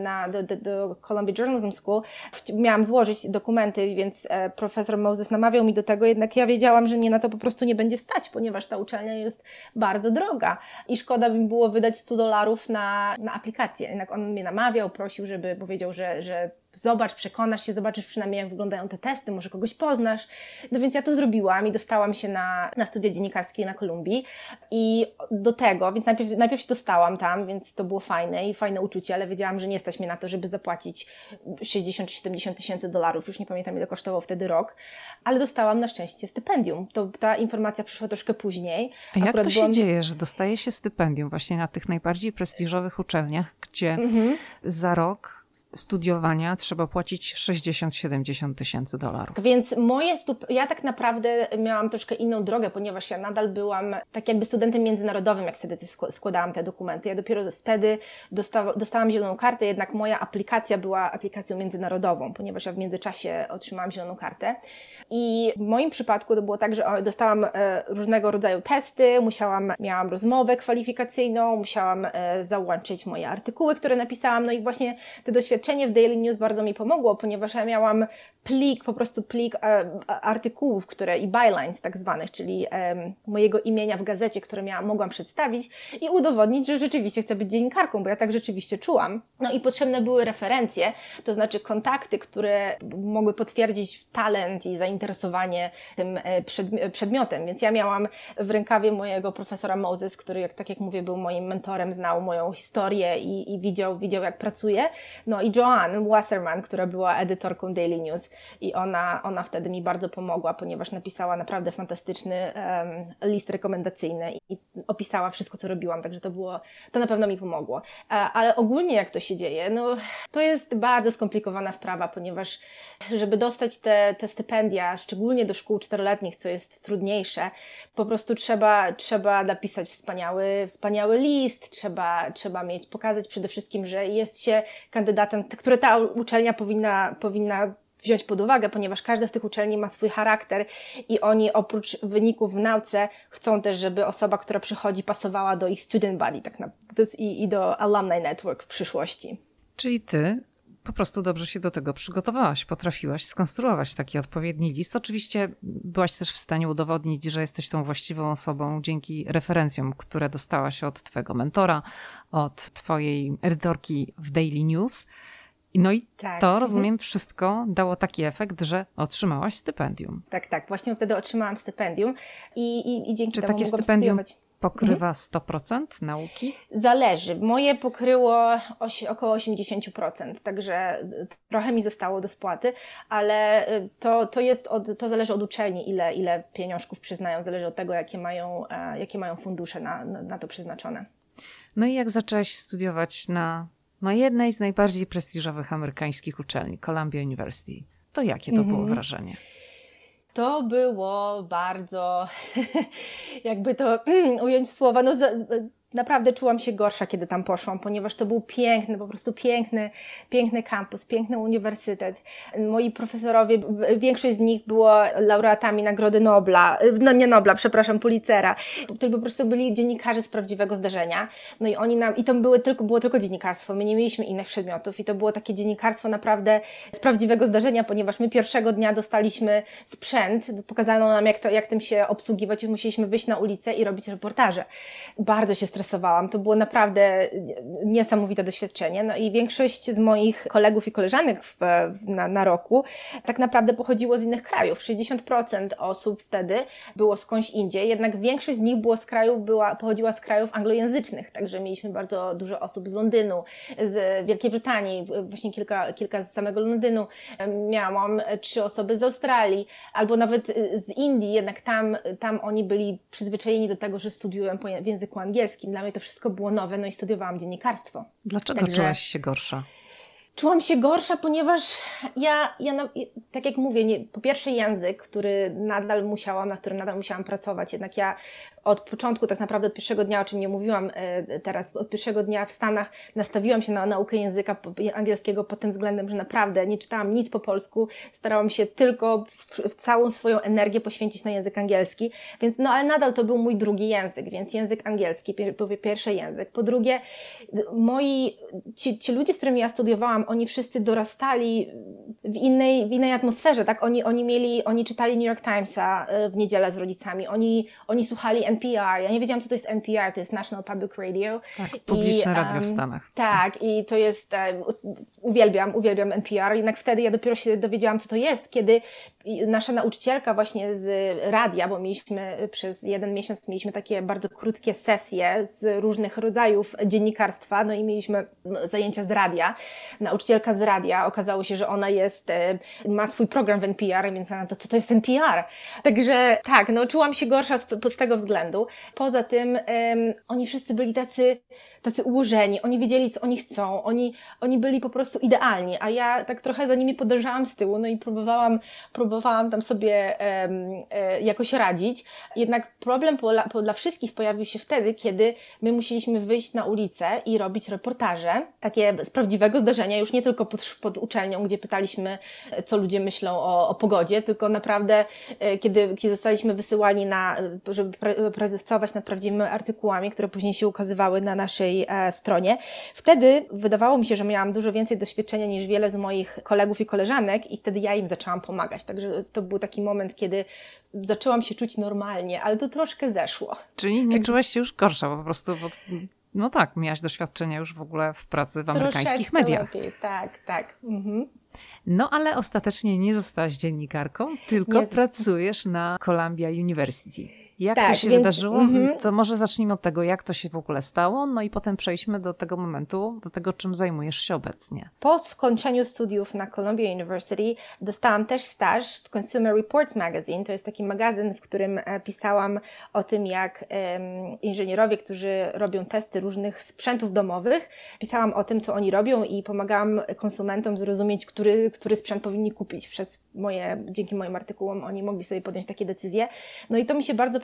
do Columbia Journalism School. Miałam złożyć dokumenty, więc profesor Moses namawiał mi do tego, jednak ja wiedziałam, że mnie na to po prostu nie będzie stać, ponieważ ta uczelnia jest bardzo droga i szkoda by mi było wydać $100 na aplikację. Jednak on mnie namawiał, prosił, powiedział, że zobacz, przekonasz się, zobaczysz przynajmniej, jak wyglądają te testy, może kogoś poznasz. No więc ja to zrobiłam i dostałam się na studia dziennikarskie na Kolumbii i do tego, więc najpierw się dostałam tam, więc to było fajne uczucie, ale wiedziałam, że nie stać mnie na to, żeby zapłacić 60 czy 70 tysięcy dolarów, już nie pamiętam, ile kosztował wtedy rok, ale dostałam na szczęście stypendium. Ta informacja przyszła troszkę później. A jak to się dzieje, że dostaje się stypendium właśnie na tych najbardziej prestiżowych uczelniach, gdzie za rok studiowania trzeba płacić 60-70 tysięcy dolarów. Więc ja tak naprawdę miałam troszkę inną drogę, ponieważ ja nadal byłam tak jakby studentem międzynarodowym, jak wtedy składałam te dokumenty. Ja dopiero wtedy dostałam zieloną kartę, jednak moja aplikacja była aplikacją międzynarodową, ponieważ ja w międzyczasie otrzymałam zieloną kartę. I w moim przypadku to było tak, że dostałam różnego rodzaju testy, miałam rozmowę kwalifikacyjną, musiałam załączyć moje artykuły, które napisałam, no i właśnie te doświadczenie w Daily News bardzo mi pomogło, ponieważ ja miałam plik artykułów, i bylines tak zwanych, czyli mojego imienia w gazecie, które mogłam przedstawić i udowodnić, że rzeczywiście chcę być dziennikarką, bo ja tak rzeczywiście czułam. No i potrzebne były referencje, to znaczy kontakty, które mogły potwierdzić talent i zainteresowanie tym przedmiotem, więc ja miałam w rękawie mojego profesora Moses, który, tak jak mówię, był moim mentorem, znał moją historię i widział jak pracuję. No i Joanne Wasserman, która była edytorką Daily News i ona wtedy mi bardzo pomogła, ponieważ napisała naprawdę fantastyczny list rekomendacyjny i opisała wszystko, co robiłam, także to na pewno mi pomogło. Ale ogólnie jak to się dzieje, no to jest bardzo skomplikowana sprawa, ponieważ żeby dostać te stypendia, szczególnie do szkół 4-letnich, co jest trudniejsze, po prostu trzeba napisać wspaniały list, trzeba pokazać przede wszystkim, że jest się kandydatem, które ta uczelnia powinna wziąć pod uwagę, ponieważ każda z tych uczelni ma swój charakter i oni oprócz wyników w nauce chcą też, żeby osoba, która przychodzi, pasowała do ich student body i do alumni network w przyszłości. Czyli ty po prostu dobrze się do tego przygotowałaś, potrafiłaś skonstruować taki odpowiedni list. Oczywiście byłaś też w stanie udowodnić, że jesteś tą właściwą osobą dzięki referencjom, które dostałaś od twojego mentora, od twojej edytorki w Daily News. No i tak. To, rozumiem, wszystko dało taki efekt, że otrzymałaś stypendium. Tak. Właśnie wtedy otrzymałam stypendium i dzięki Czy temu takie mogłam stypendium studiować. pokrywa 100% nauki? Zależy. Moje pokryło około 80%, także trochę mi zostało do spłaty, ale to zależy od uczelni, ile pieniążków przyznają, zależy od tego, jakie mają fundusze na to przeznaczone. No i jak zaczęłaś studiować na jednej z najbardziej prestiżowych amerykańskich uczelni, Columbia University, to jakie to było wrażenie? To było bardzo, jakby to ująć w słowa, naprawdę czułam się gorsza, kiedy tam poszłam, ponieważ to był po prostu piękny kampus, piękny uniwersytet. Moi profesorowie, większość z nich było laureatami Nagrody Nobla, Pulitzera, którzy po prostu byli dziennikarze z prawdziwego zdarzenia. No i to było tylko dziennikarstwo, my nie mieliśmy innych przedmiotów i to było takie dziennikarstwo naprawdę z prawdziwego zdarzenia, ponieważ my pierwszego dnia dostaliśmy sprzęt, pokazano nam jak tym się obsługiwać i musieliśmy wyjść na ulicę i robić reportaże. Bardzo się stresowałam. To było naprawdę niesamowite doświadczenie. No i większość z moich kolegów i koleżanek na roku tak naprawdę pochodziło z innych krajów. 60% osób wtedy było skądś indziej, jednak większość z nich pochodziła z krajów anglojęzycznych. Także mieliśmy bardzo dużo osób z Londynu, z Wielkiej Brytanii, właśnie kilka z samego Londynu. Miałam 3 osoby z Australii, albo nawet z Indii, jednak tam oni byli przyzwyczajeni do tego, że studiują w języku angielskim. Dla mnie to wszystko było nowe, no i studiowałam dziennikarstwo. Dlaczego czułaś się gorsza? Czułam się gorsza, ponieważ tak jak mówię, po pierwsze język, na którym nadal musiałam pracować, jednak ja od początku, tak naprawdę od pierwszego dnia, o czym nie mówiłam teraz, od pierwszego dnia w Stanach nastawiłam się na naukę języka angielskiego pod tym względem, że naprawdę nie czytałam nic po polsku, starałam się tylko całą swoją energię poświęcić na język angielski, więc ale nadal to był mój drugi język, więc język angielski, pierwszy język. Po drugie, ci ludzie, z którymi ja studiowałam, oni wszyscy dorastali w innej atmosferze, tak? Oni czytali New York Timesa w niedzielę z rodzicami, oni słuchali NPR. Ja nie wiedziałam, co to jest NPR, to jest National Public Radio. Tak, publiczne radio w Stanach. Tak, i to jest, uwielbiam NPR, jednak wtedy ja dopiero się dowiedziałam, co to jest, kiedy nasza nauczycielka właśnie z radia, bo przez 1 miesiąc mieliśmy takie bardzo krótkie sesje z różnych rodzajów dziennikarstwa, no i mieliśmy zajęcia z radia. Nauczycielka z radia, okazało się, że ona ma swój program w NPR, więc ona co to jest NPR? Także tak, czułam się gorsza z tego względu. Poza tym oni wszyscy byli tacy ułożeni, oni wiedzieli, co oni chcą, oni byli po prostu idealni, a ja tak trochę za nimi podążałam z tyłu, no i próbowałam tam sobie jakoś radzić. Jednak problem dla wszystkich pojawił się wtedy, kiedy my musieliśmy wyjść na ulicę i robić reportaże, takie z prawdziwego zdarzenia, już nie tylko pod uczelnią, gdzie pytaliśmy, co ludzie myślą o pogodzie, tylko naprawdę, kiedy zostaliśmy wysyłani żeby pracować nad prawdziwymi artykułami, które później się ukazywały na naszej stronie. Wtedy wydawało mi się, że miałam dużo więcej doświadczenia niż wiele z moich kolegów i koleżanek i wtedy ja im zaczęłam pomagać. Także to był taki moment, kiedy zaczęłam się czuć normalnie, ale to troszkę zeszło. Czyli nie czułaś się już gorsza, po prostu, no tak, miałaś doświadczenia już w ogóle w pracy w amerykańskich mediach. Lepiej, tak. Mhm. No ale ostatecznie nie zostałaś dziennikarką, tylko pracujesz na Columbia University. Jak to się wydarzyło? To może zacznijmy od tego, jak to się w ogóle stało, no i potem przejdźmy do tego momentu, do tego, czym zajmujesz się obecnie. Po skończeniu studiów na Columbia University dostałam też staż w Consumer Reports Magazine. To jest taki magazyn, w którym pisałam o tym, jak inżynierowie, którzy robią testy różnych sprzętów domowych, pisałam o tym, co oni robią i pomagałam konsumentom zrozumieć, który sprzęt powinni kupić. Dzięki moim artykułom oni mogli sobie podjąć takie decyzje. No i to mi się bardzo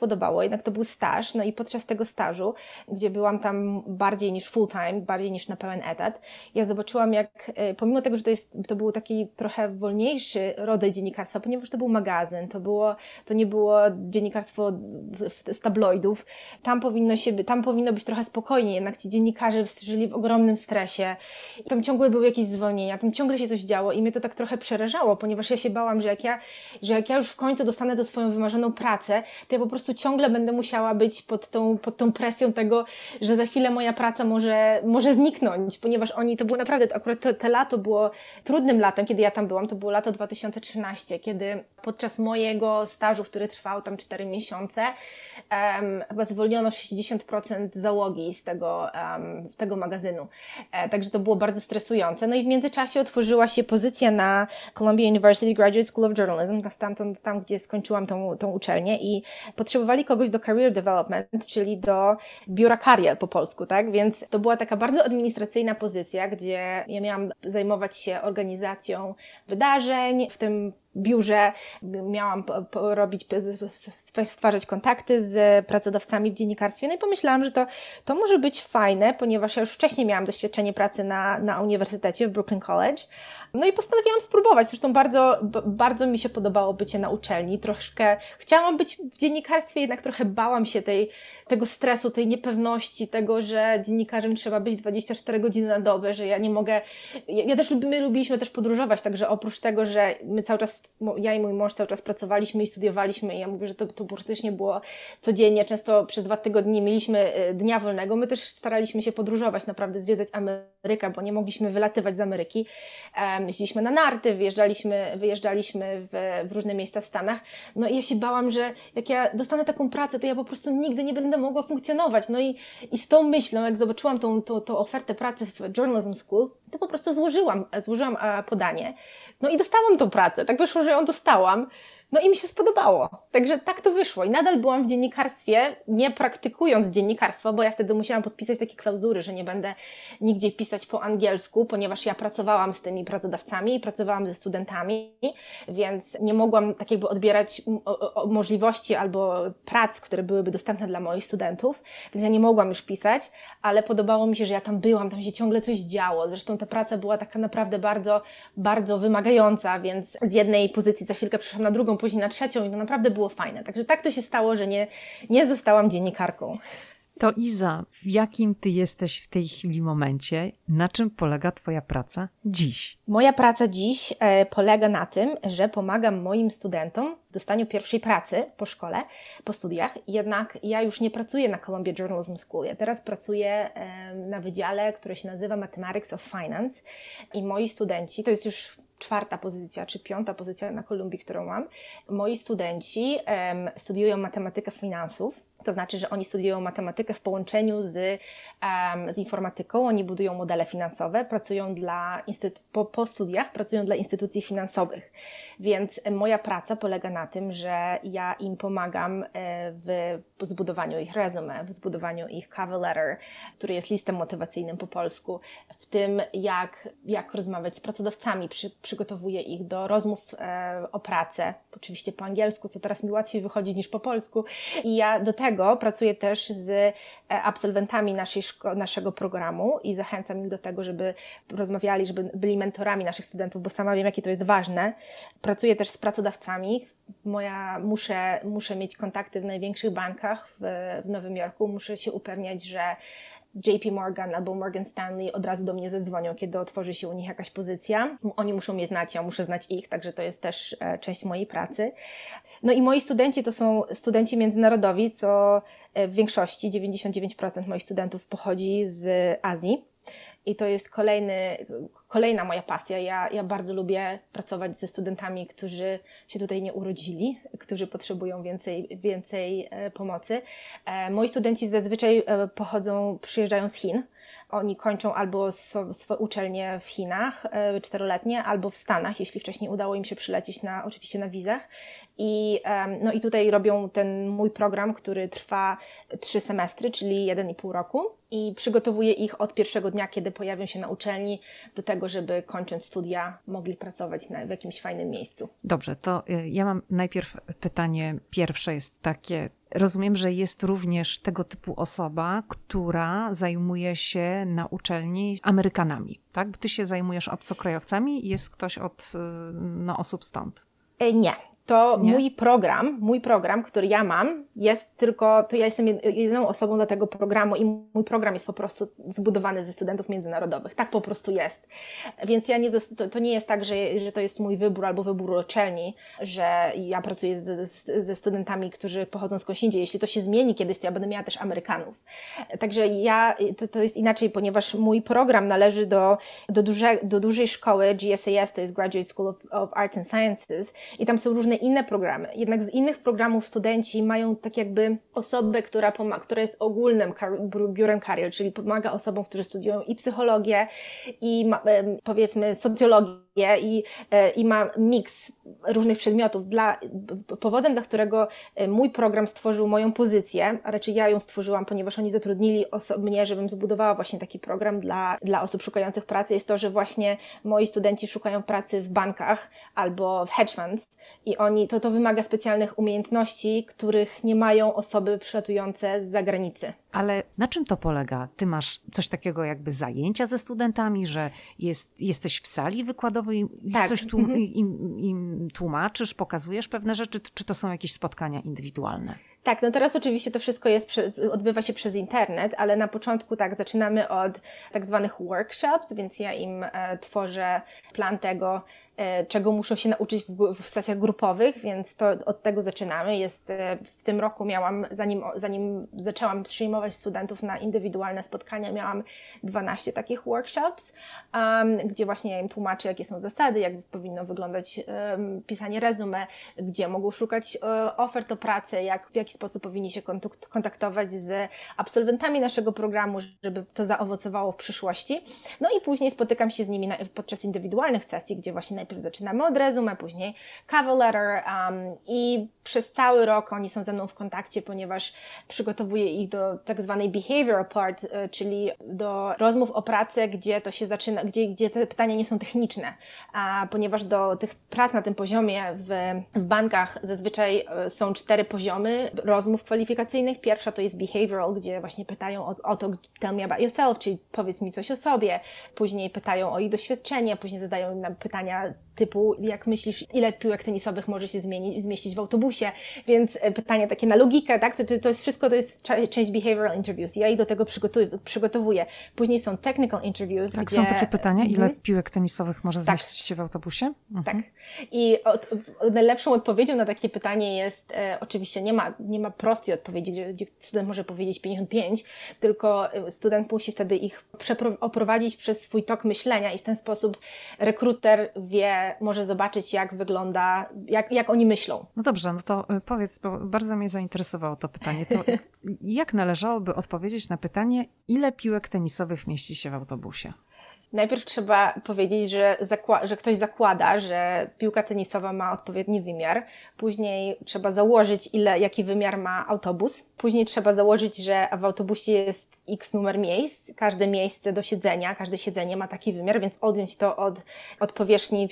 podobało, jednak to był staż, no i podczas tego stażu, gdzie byłam tam bardziej niż full time, bardziej niż na pełen etat, ja zobaczyłam jak, pomimo tego, że to był taki trochę wolniejszy rodzaj dziennikarstwa, ponieważ to był magazyn, to nie było dziennikarstwo z tabloidów, tam powinno być trochę spokojniej, jednak ci dziennikarze żyli w ogromnym stresie, tam ciągle były jakieś zwolnienia, tam ciągle się coś działo i mnie to tak trochę przerażało, ponieważ ja się bałam, że jak ja już w końcu dostanę do swoją wymarzoną pracę, to ja po prostu ciągle będę musiała być pod tą presją tego, że za chwilę moja praca może zniknąć, ponieważ to było naprawdę, akurat te lato było trudnym latem, kiedy ja tam byłam, to było lato 2013, kiedy podczas mojego stażu, który trwał tam 4 miesiące, chyba zwolniono 60% załogi z tego magazynu. Także to było bardzo stresujące. No i w międzyczasie otworzyła się pozycja na Columbia University Graduate School of Journalism, tam gdzie skończyłam tą uczelnię i potrzebowali kogoś do career development, czyli do biura karier po polsku, tak? Więc to była taka bardzo administracyjna pozycja, gdzie ja miałam zajmować się organizacją wydarzeń, w tym biurze miałam stwarzać kontakty z pracodawcami w dziennikarstwie. No i pomyślałam, że to może być fajne, ponieważ ja już wcześniej miałam doświadczenie pracy na uniwersytecie w Brooklyn College. No i postanowiłam spróbować. Zresztą bardzo mi się podobało bycie na uczelni. Troszkę chciałam być w dziennikarstwie, jednak trochę bałam się tego stresu, tej niepewności, tego, że dziennikarzem trzeba być 24 godziny na dobę, że ja nie mogę... My lubiliśmy też podróżować, także oprócz tego, że my cały czas, ja i mój mąż cały czas pracowaliśmy i studiowaliśmy i ja mówię, że to praktycznie było codziennie, często przez 2 tygodnie nie mieliśmy dnia wolnego. My też staraliśmy się podróżować, naprawdę zwiedzać Amerykę, bo nie mogliśmy wylatywać z Ameryki. Jeździliśmy na narty, wyjeżdżaliśmy w różne miejsca w Stanach. No i ja się bałam, że jak ja dostanę taką pracę, to ja po prostu nigdy nie będę mogła funkcjonować. No i z tą myślą, jak zobaczyłam tą ofertę pracy w Journalism School, to po prostu złożyłam podanie. No i dostałam tą pracę. Tak wyszło, że ją dostałam. No i mi się spodobało. Także tak to wyszło. I nadal byłam w dziennikarstwie, nie praktykując dziennikarstwa, bo ja wtedy musiałam podpisać takie klauzury, że nie będę nigdzie pisać po angielsku, ponieważ ja pracowałam z tymi pracodawcami i pracowałam ze studentami, więc nie mogłam tak jakby odbierać możliwości albo prac, które byłyby dostępne dla moich studentów, więc ja nie mogłam już pisać, ale podobało mi się, że ja tam byłam, tam się ciągle coś działo. Zresztą ta praca była taka naprawdę bardzo, bardzo wymagająca, więc z jednej pozycji za chwilkę przeszłam na drugą, później na trzecią i to naprawdę było fajne. Także tak to się stało, że nie zostałam dziennikarką. To Iza, w jakim ty jesteś w tej chwili momencie? Na czym polega twoja praca dziś? Moja praca dziś polega na tym, że pomagam moim studentom w dostaniu pierwszej pracy po szkole, po studiach. Jednak ja już nie pracuję na Columbia Journalism School. Ja teraz pracuję na wydziale, który się nazywa Mathematics of Finance i moi studenci, to jest już 4. pozycja, czy 5. pozycja na Kolumbii, którą mam. Moi studenci studiują matematykę finansów, to znaczy, że oni studiują matematykę w połączeniu z informatyką, oni budują modele finansowe, pracują po studiach pracują dla instytucji finansowych. Więc moja praca polega na tym, że ja im pomagam w zbudowaniu ich resume, w zbudowaniu ich cover letter, który jest listem motywacyjnym po polsku, w tym jak rozmawiać z pracodawcami, przygotowuję ich do rozmów o pracę, oczywiście po angielsku, co teraz mi łatwiej wychodzi niż po polsku. I ja do tego pracuję też z absolwentami naszego programu i zachęcam ich do tego, żeby rozmawiali, żeby byli mentorami naszych studentów, bo sama wiem, jakie to jest ważne. Pracuję też z pracodawcami. Muszę mieć kontakty w największych bankach w Nowym Jorku. Muszę się upewniać, że JP Morgan albo Morgan Stanley od razu do mnie zadzwonią, kiedy otworzy się u nich jakaś pozycja. Oni muszą mnie znać, ja muszę znać ich, także to jest też część mojej pracy. No i moi studenci to są studenci międzynarodowi, co w większości, 99% moich studentów pochodzi z Azji. I to jest kolejna moja pasja. Ja bardzo lubię pracować ze studentami, którzy się tutaj nie urodzili, którzy potrzebują więcej pomocy. Moi studenci zazwyczaj przyjeżdżają z Chin. Oni kończą albo swoje uczelnie w Chinach 4-letnie, albo w Stanach, jeśli wcześniej udało im się przylecieć oczywiście na wizach. I tutaj robią ten mój program, który trwa 3 semestry, czyli 1,5 roku. I przygotowuję ich od pierwszego dnia, kiedy pojawią się na uczelni, do tego, żeby kończąc studia mogli pracować w jakimś fajnym miejscu. Dobrze, to ja mam najpierw pytanie pierwsze jest takie, Rozumiem, że jest również tego typu osoba, która zajmuje się na uczelni Amerykanami, tak? Bo ty się zajmujesz obcokrajowcami i jest ktoś od osób stąd. Nie. To Nie? mój program, który ja mam, jest tylko, to ja jestem jedyną osobą dla tego programu i mój program jest po prostu zbudowany ze studentów międzynarodowych. Tak po prostu jest. Więc ja to nie jest tak, że to jest mój wybór albo wybór uczelni, że ja pracuję ze studentami, którzy pochodzą skądś indziej. Jeśli to się zmieni kiedyś, to ja będę miała też Amerykanów. Także to jest inaczej, ponieważ mój program należy do dużej szkoły GSAS, to jest Graduate School of Arts and Sciences i tam są różne inne programy. Jednak z innych programów studenci mają tak jakby osobę, która jest ogólnym biurem karier, czyli pomaga osobom, którzy studiują i psychologię, i powiedzmy socjologię, i ma miks różnych przedmiotów. Powodem, dla którego mój program stworzył moją pozycję, a raczej ja ją stworzyłam, ponieważ oni zatrudnili mnie, żebym zbudowała właśnie taki program dla osób szukających pracy, jest to, że właśnie moi studenci szukają pracy w bankach albo w hedge funds i to wymaga specjalnych umiejętności, których nie mają osoby przylatujące z zagranicy. Ale na czym to polega? Ty masz coś takiego jakby zajęcia ze studentami, że jesteś w sali wykładowej i Tak. coś im tłumaczysz, pokazujesz pewne rzeczy, czy to są jakieś spotkania indywidualne? Tak, no teraz oczywiście to wszystko odbywa się przez internet, ale na początku tak, zaczynamy od tak zwanych workshops, więc ja im tworzę plan tego, czego muszą się nauczyć w sesjach grupowych, więc to od tego zaczynamy. W tym roku zanim zaczęłam przyjmować studentów na indywidualne spotkania, miałam 12 takich workshops, gdzie właśnie ja im tłumaczę, jakie są zasady, jak powinno wyglądać pisanie resume, gdzie mogą szukać ofert o pracę, w jaki sposób powinni się kontaktować z absolwentami naszego programu, żeby to zaowocowało w przyszłości. No i później spotykam się z nimi podczas indywidualnych sesji, gdzie właśnie najpierw zaczynamy od resume, później cover letter i przez cały rok oni są ze mną w kontakcie, ponieważ przygotowuję ich do tak zwanej behavioral part, czyli do rozmów o pracę, gdzie to się zaczyna, gdzie te pytania nie są techniczne, ponieważ do tych prac na tym poziomie w bankach zazwyczaj są 4 poziomy rozmów kwalifikacyjnych. Pierwsza to jest behavioral, gdzie właśnie pytają o to, tell me about yourself, czyli powiedz mi coś o sobie. Później pytają o ich doświadczenie, później zadają im pytania typu, jak myślisz, ile piłek tenisowych może się zmieścić w autobusie, więc pytania takie na logikę, tak? To jest wszystko, to jest część behavioral interviews. Ja ich do tego przygotowuję. Później są technical interviews, tak, gdzie... są takie pytania, ile piłek tenisowych może zmieścić się w autobusie? Tak. I najlepszą odpowiedzią na takie pytanie jest, oczywiście nie ma prostej odpowiedzi, gdzie student może powiedzieć 55, tylko student musi wtedy ich oprowadzić przez swój tok myślenia i w ten sposób rekruter może zobaczyć, jak wygląda, jak oni myślą. No dobrze, no to powiedz, bo bardzo mnie zainteresowało to pytanie. To jak należałoby odpowiedzieć na pytanie, ile piłek tenisowych mieści się w autobusie? Najpierw trzeba powiedzieć, że ktoś zakłada, że piłka tenisowa ma odpowiedni wymiar. Później trzeba założyć, jaki wymiar ma autobus. Później trzeba założyć, że w autobusie jest x numer miejsc. Każde miejsce do siedzenia, każde siedzenie ma taki wymiar, więc odjąć to od powierzchni,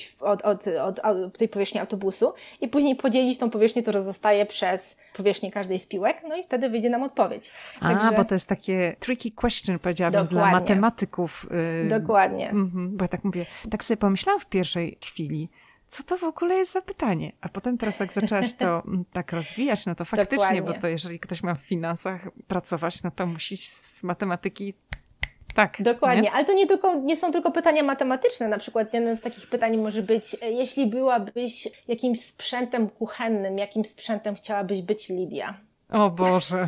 od tej powierzchni autobusu i później podzielić tą powierzchnię, która zostaje przez powierzchnię każdej z piłek, no i wtedy wyjdzie nam odpowiedź. Także... bo to jest takie tricky question, powiedziałabym, dla matematyków. Dokładnie. Bo ja tak mówię, tak sobie pomyślałam w pierwszej chwili, co to w ogóle jest za pytanie? A potem teraz jak zaczęłaś to tak rozwijać, no to faktycznie, Dokładnie. Bo to jeżeli ktoś ma w finansach pracować, no to musi z matematyki... Tak. Dokładnie, nie? ale to nie są tylko pytania matematyczne. Na przykład jednym z takich pytań może być, jeśli byłabyś jakimś sprzętem kuchennym, jakim sprzętem chciałabyś być, Lidia? O Boże.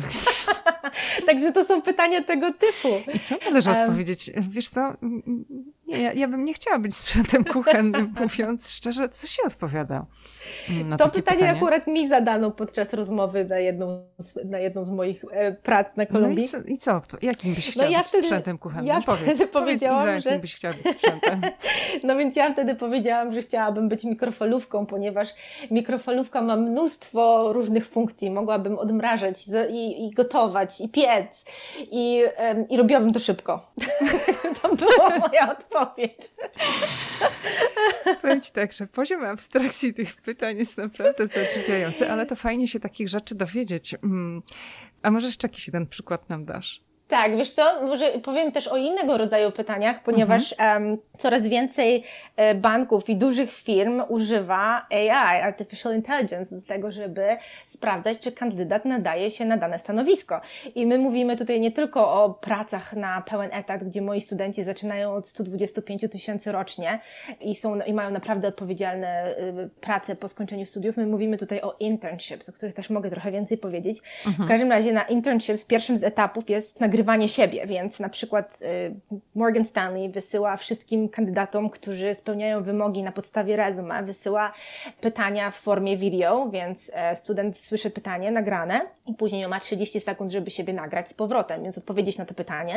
Także to są pytania tego typu. I co należy odpowiedzieć? Wiesz co, ja bym nie chciała być sprzętem kuchennym, mówiąc szczerze, co się odpowiada na to takie pytanie akurat mi zadano podczas rozmowy na jedną z moich prac na Kolumbii. No i co? Jakim byś chciała być sprzętem kuchennym? Ja wtedy powiedziałam, Iza, jakim byś chciała być sprzętem? No więc ja wtedy powiedziałam, że chciałabym być mikrofalówką, ponieważ mikrofalówka ma mnóstwo różnych funkcji. Mogłabym odmrażać i gotować, i piec. I robiłabym to szybko. To była moja odpowiedź. odpowiedź. Powiem Ci tak, że poziom abstrakcji tych pytań jest naprawdę zadziwiający, ale to fajnie się takich rzeczy dowiedzieć. A może jeszcze jakiś jeden przykład nam dasz? Tak, wiesz co, może powiem też o innego rodzaju pytaniach, ponieważ coraz więcej banków i dużych firm używa AI, Artificial Intelligence, do tego, żeby sprawdzać, czy kandydat nadaje się na dane stanowisko. I my mówimy tutaj nie tylko o pracach na pełen etat, gdzie moi studenci zaczynają od 125 000 rocznie i mają naprawdę odpowiedzialne prace po skończeniu studiów. My mówimy tutaj o internships, o których też mogę trochę więcej powiedzieć. W każdym razie na internships pierwszym z etapów jest nagrywanie siebie, więc na przykład Morgan Stanley wysyła wszystkim kandydatom, którzy spełniają wymogi na podstawie resume, wysyła pytania w formie video, więc student słyszy pytanie nagrane i później ma 30 sekund, żeby siebie nagrać z powrotem, więc odpowiedzieć na to pytanie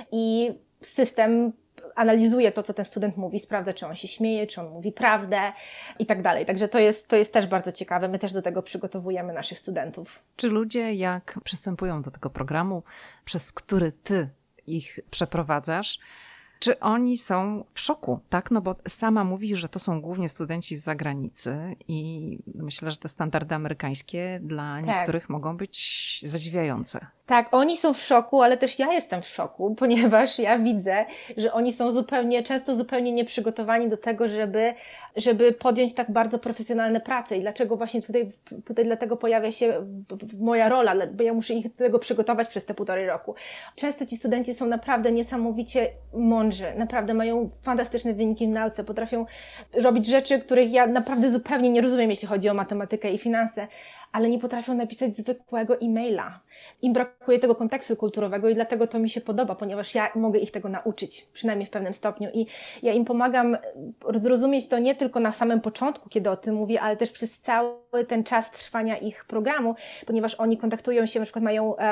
i system analizuje to, co ten student mówi, sprawdza, czy on się śmieje, czy on mówi prawdę i tak dalej. Także to jest też bardzo ciekawe. My też do tego przygotowujemy naszych studentów. Czy ludzie, jak przystępują do tego programu, przez który ty ich przeprowadzasz, czy oni są w szoku, tak? No bo sama mówisz, że to są głównie studenci z zagranicy i myślę, że te standardy amerykańskie dla niektórych mogą być zadziwiające. Tak, oni są w szoku, ale też ja jestem w szoku, ponieważ ja widzę, że oni są często zupełnie nieprzygotowani do tego, żeby podjąć tak bardzo profesjonalne prace. I dlaczego właśnie tutaj dlatego pojawia się moja rola, bo ja muszę ich do tego przygotować przez te 1,5 roku. Często ci studenci są naprawdę niesamowicie mądrzy, naprawdę mają fantastyczne wyniki w nauce, potrafią robić rzeczy, których ja naprawdę zupełnie nie rozumiem, jeśli chodzi o matematykę i finanse, ale nie potrafią napisać zwykłego e-maila. Im brakuje tego kontekstu kulturowego i dlatego to mi się podoba, ponieważ ja mogę ich tego nauczyć, przynajmniej w pewnym stopniu. I ja im pomagam zrozumieć to nie tylko na samym początku, kiedy o tym mówię, ale też przez cały ten czas trwania ich programu, ponieważ oni kontaktują się, na przykład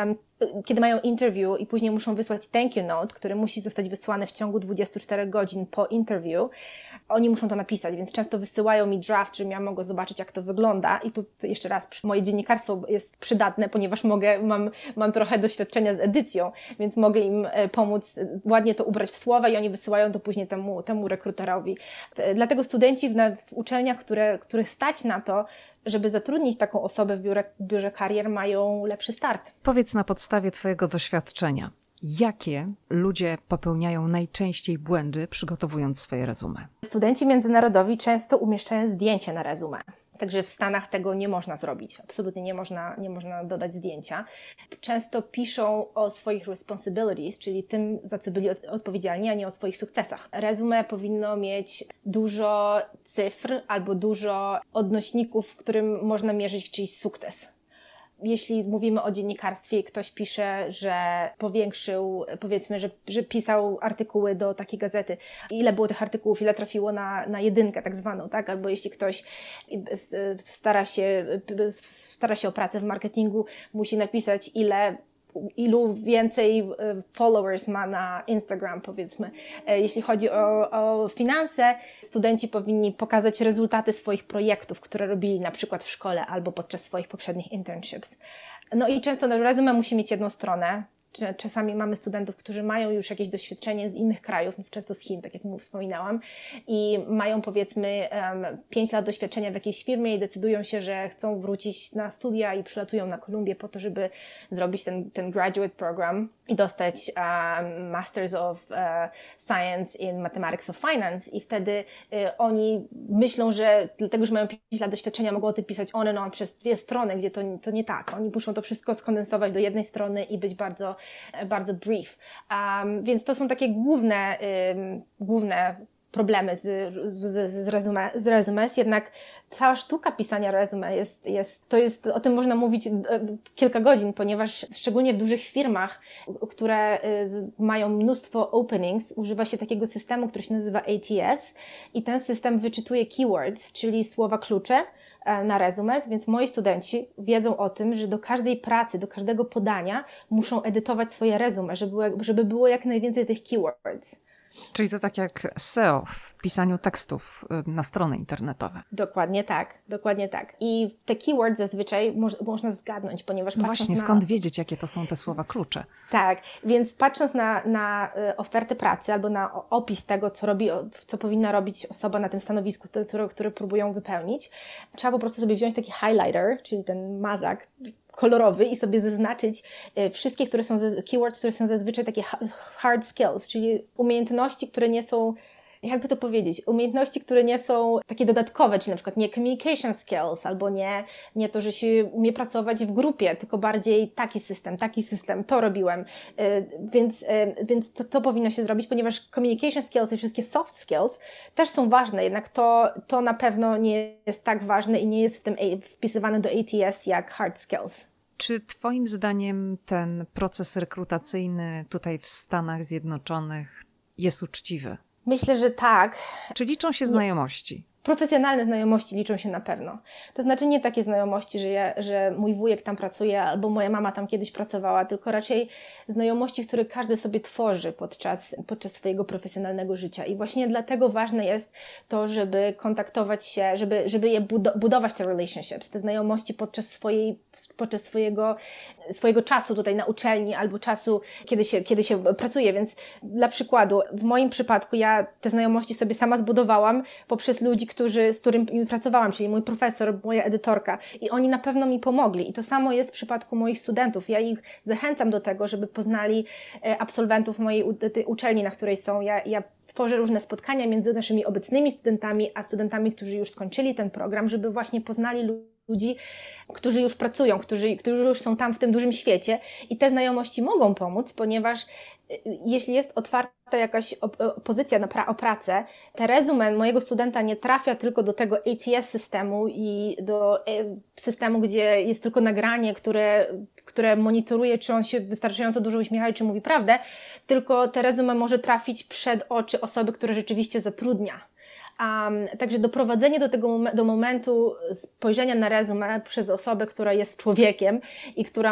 kiedy mają interview i później muszą wysłać thank you note, który musi zostać wysłany w ciągu 24 godzin po interview, oni muszą to napisać, więc często wysyłają mi draft, żebym ja mogła zobaczyć, jak to wygląda. I tu jeszcze raz, moje dziennikarstwo jest przydatne, ponieważ mam trochę doświadczenia z edycją, więc mogę im pomóc ładnie to ubrać w słowa i oni wysyłają to później temu rekruterowi. Dlatego studenci w uczelniach, których stać na to, żeby zatrudnić taką osobę w biurze karier, mają lepszy start. Powiedz na podstawie twojego doświadczenia, jakie ludzie popełniają najczęściej błędy, przygotowując swoje resume? Studenci międzynarodowi często umieszczają zdjęcie na resume. Także w Stanach tego nie można zrobić. Absolutnie nie można dodać zdjęcia. Często piszą o swoich responsibilities, czyli tym, za co byli odpowiedzialni, a nie o swoich sukcesach. Resume powinno mieć dużo cyfr albo dużo odnośników, w którym można mierzyć czyjś sukces. Jeśli mówimy o dziennikarstwie i ktoś pisze, że powiększył, powiedzmy, że pisał artykuły do takiej gazety, ile było tych artykułów, ile trafiło na jedynkę tak zwaną, tak? Albo jeśli ktoś stara się o pracę w marketingu, musi napisać ilu więcej followers ma na Instagram, powiedzmy. Jeśli chodzi o finanse, studenci powinni pokazać rezultaty swoich projektów, które robili na przykład w szkole albo podczas swoich poprzednich internships. No i często resume musi mieć jedną stronę. Czasami mamy studentów, którzy mają już jakieś doświadczenie z innych krajów, często z Chin, tak jak wspominałam, i mają powiedzmy 5 lat doświadczenia w jakiejś firmie i decydują się, że chcą wrócić na studia i przylatują na Kolumbię po to, żeby zrobić ten graduate program i dostać Masters of Science in Mathematics of Finance i wtedy oni myślą, że dlatego, że mają 5 lat doświadczenia, mogą o tym pisać on and on przez 2 strony, gdzie to nie tak. Oni muszą to wszystko skondensować do jednej strony i być bardzo, bardzo brief. Więc to są takie główne problemy z resumes, jednak cała sztuka pisania resume o tym można mówić kilka godzin, ponieważ szczególnie w dużych firmach, które mają mnóstwo openings, używa się takiego systemu, który się nazywa ATS i ten system wyczytuje keywords, czyli słowa klucze na resumes, więc moi studenci wiedzą o tym, że do każdej pracy, do każdego podania muszą edytować swoje resume, żeby było jak najwięcej tych keywords. Czyli to tak jak SEO w pisaniu tekstów na strony internetowe. Dokładnie tak, dokładnie tak. I te keywords zazwyczaj można zgadnąć, ponieważ No patrząc właśnie, skąd wiedzieć, jakie to są te słowa klucze? Tak, więc patrząc na ofertę pracy albo na opis tego, co powinna robić osoba na tym stanowisku, które próbują wypełnić, trzeba po prostu sobie wziąć taki highlighter, czyli ten mazak kolorowy i sobie zaznaczyć wszystkie, keywords, które są zazwyczaj takie hard skills, czyli umiejętności, które nie są, jakby to powiedzieć, umiejętności, które nie są takie dodatkowe, czyli na przykład nie communication skills, albo nie to, że się umie pracować w grupie, tylko bardziej taki system, to robiłem. Więc to powinno się zrobić, ponieważ communication skills i wszystkie soft skills też są ważne, jednak to na pewno nie jest tak ważne i nie jest w tym wpisywane do ATS jak hard skills. Czy twoim zdaniem ten proces rekrutacyjny tutaj w Stanach Zjednoczonych jest uczciwy? Myślę, że tak. Czy liczą się znajomości? Profesjonalne znajomości liczą się na pewno. To znaczy nie takie znajomości, że mój wujek tam pracuje albo moja mama tam kiedyś pracowała, tylko raczej znajomości, które każdy sobie tworzy podczas swojego profesjonalnego życia. I właśnie dlatego ważne jest to, żeby kontaktować się, żeby je budować te relationships, te znajomości podczas swojego czasu tutaj na uczelni albo czasu, kiedy się pracuje. Więc dla przykładu, w moim przypadku ja te znajomości sobie sama zbudowałam poprzez ludzi, z którymi pracowałam, czyli mój profesor, moja edytorka i oni na pewno mi pomogli. I to samo jest w przypadku moich studentów. Ja ich zachęcam do tego, żeby poznali absolwentów mojej uczelni, na której są. Ja tworzę różne spotkania między naszymi obecnymi studentami, a studentami, którzy już skończyli ten program, żeby właśnie poznali ludzi, którzy już pracują, którzy już są tam w tym dużym świecie i te znajomości mogą pomóc, ponieważ jeśli jest otwarta jakaś pozycja o pracę, te resume mojego studenta nie trafia tylko do tego ATS systemu i do systemu, gdzie jest tylko nagranie, które monitoruje, czy on się wystarczająco dużo uśmiecha, czy mówi prawdę, tylko te resume może trafić przed oczy osoby, które rzeczywiście zatrudnia. Także doprowadzenie do momentu spojrzenia na resume przez osobę, która jest człowiekiem i która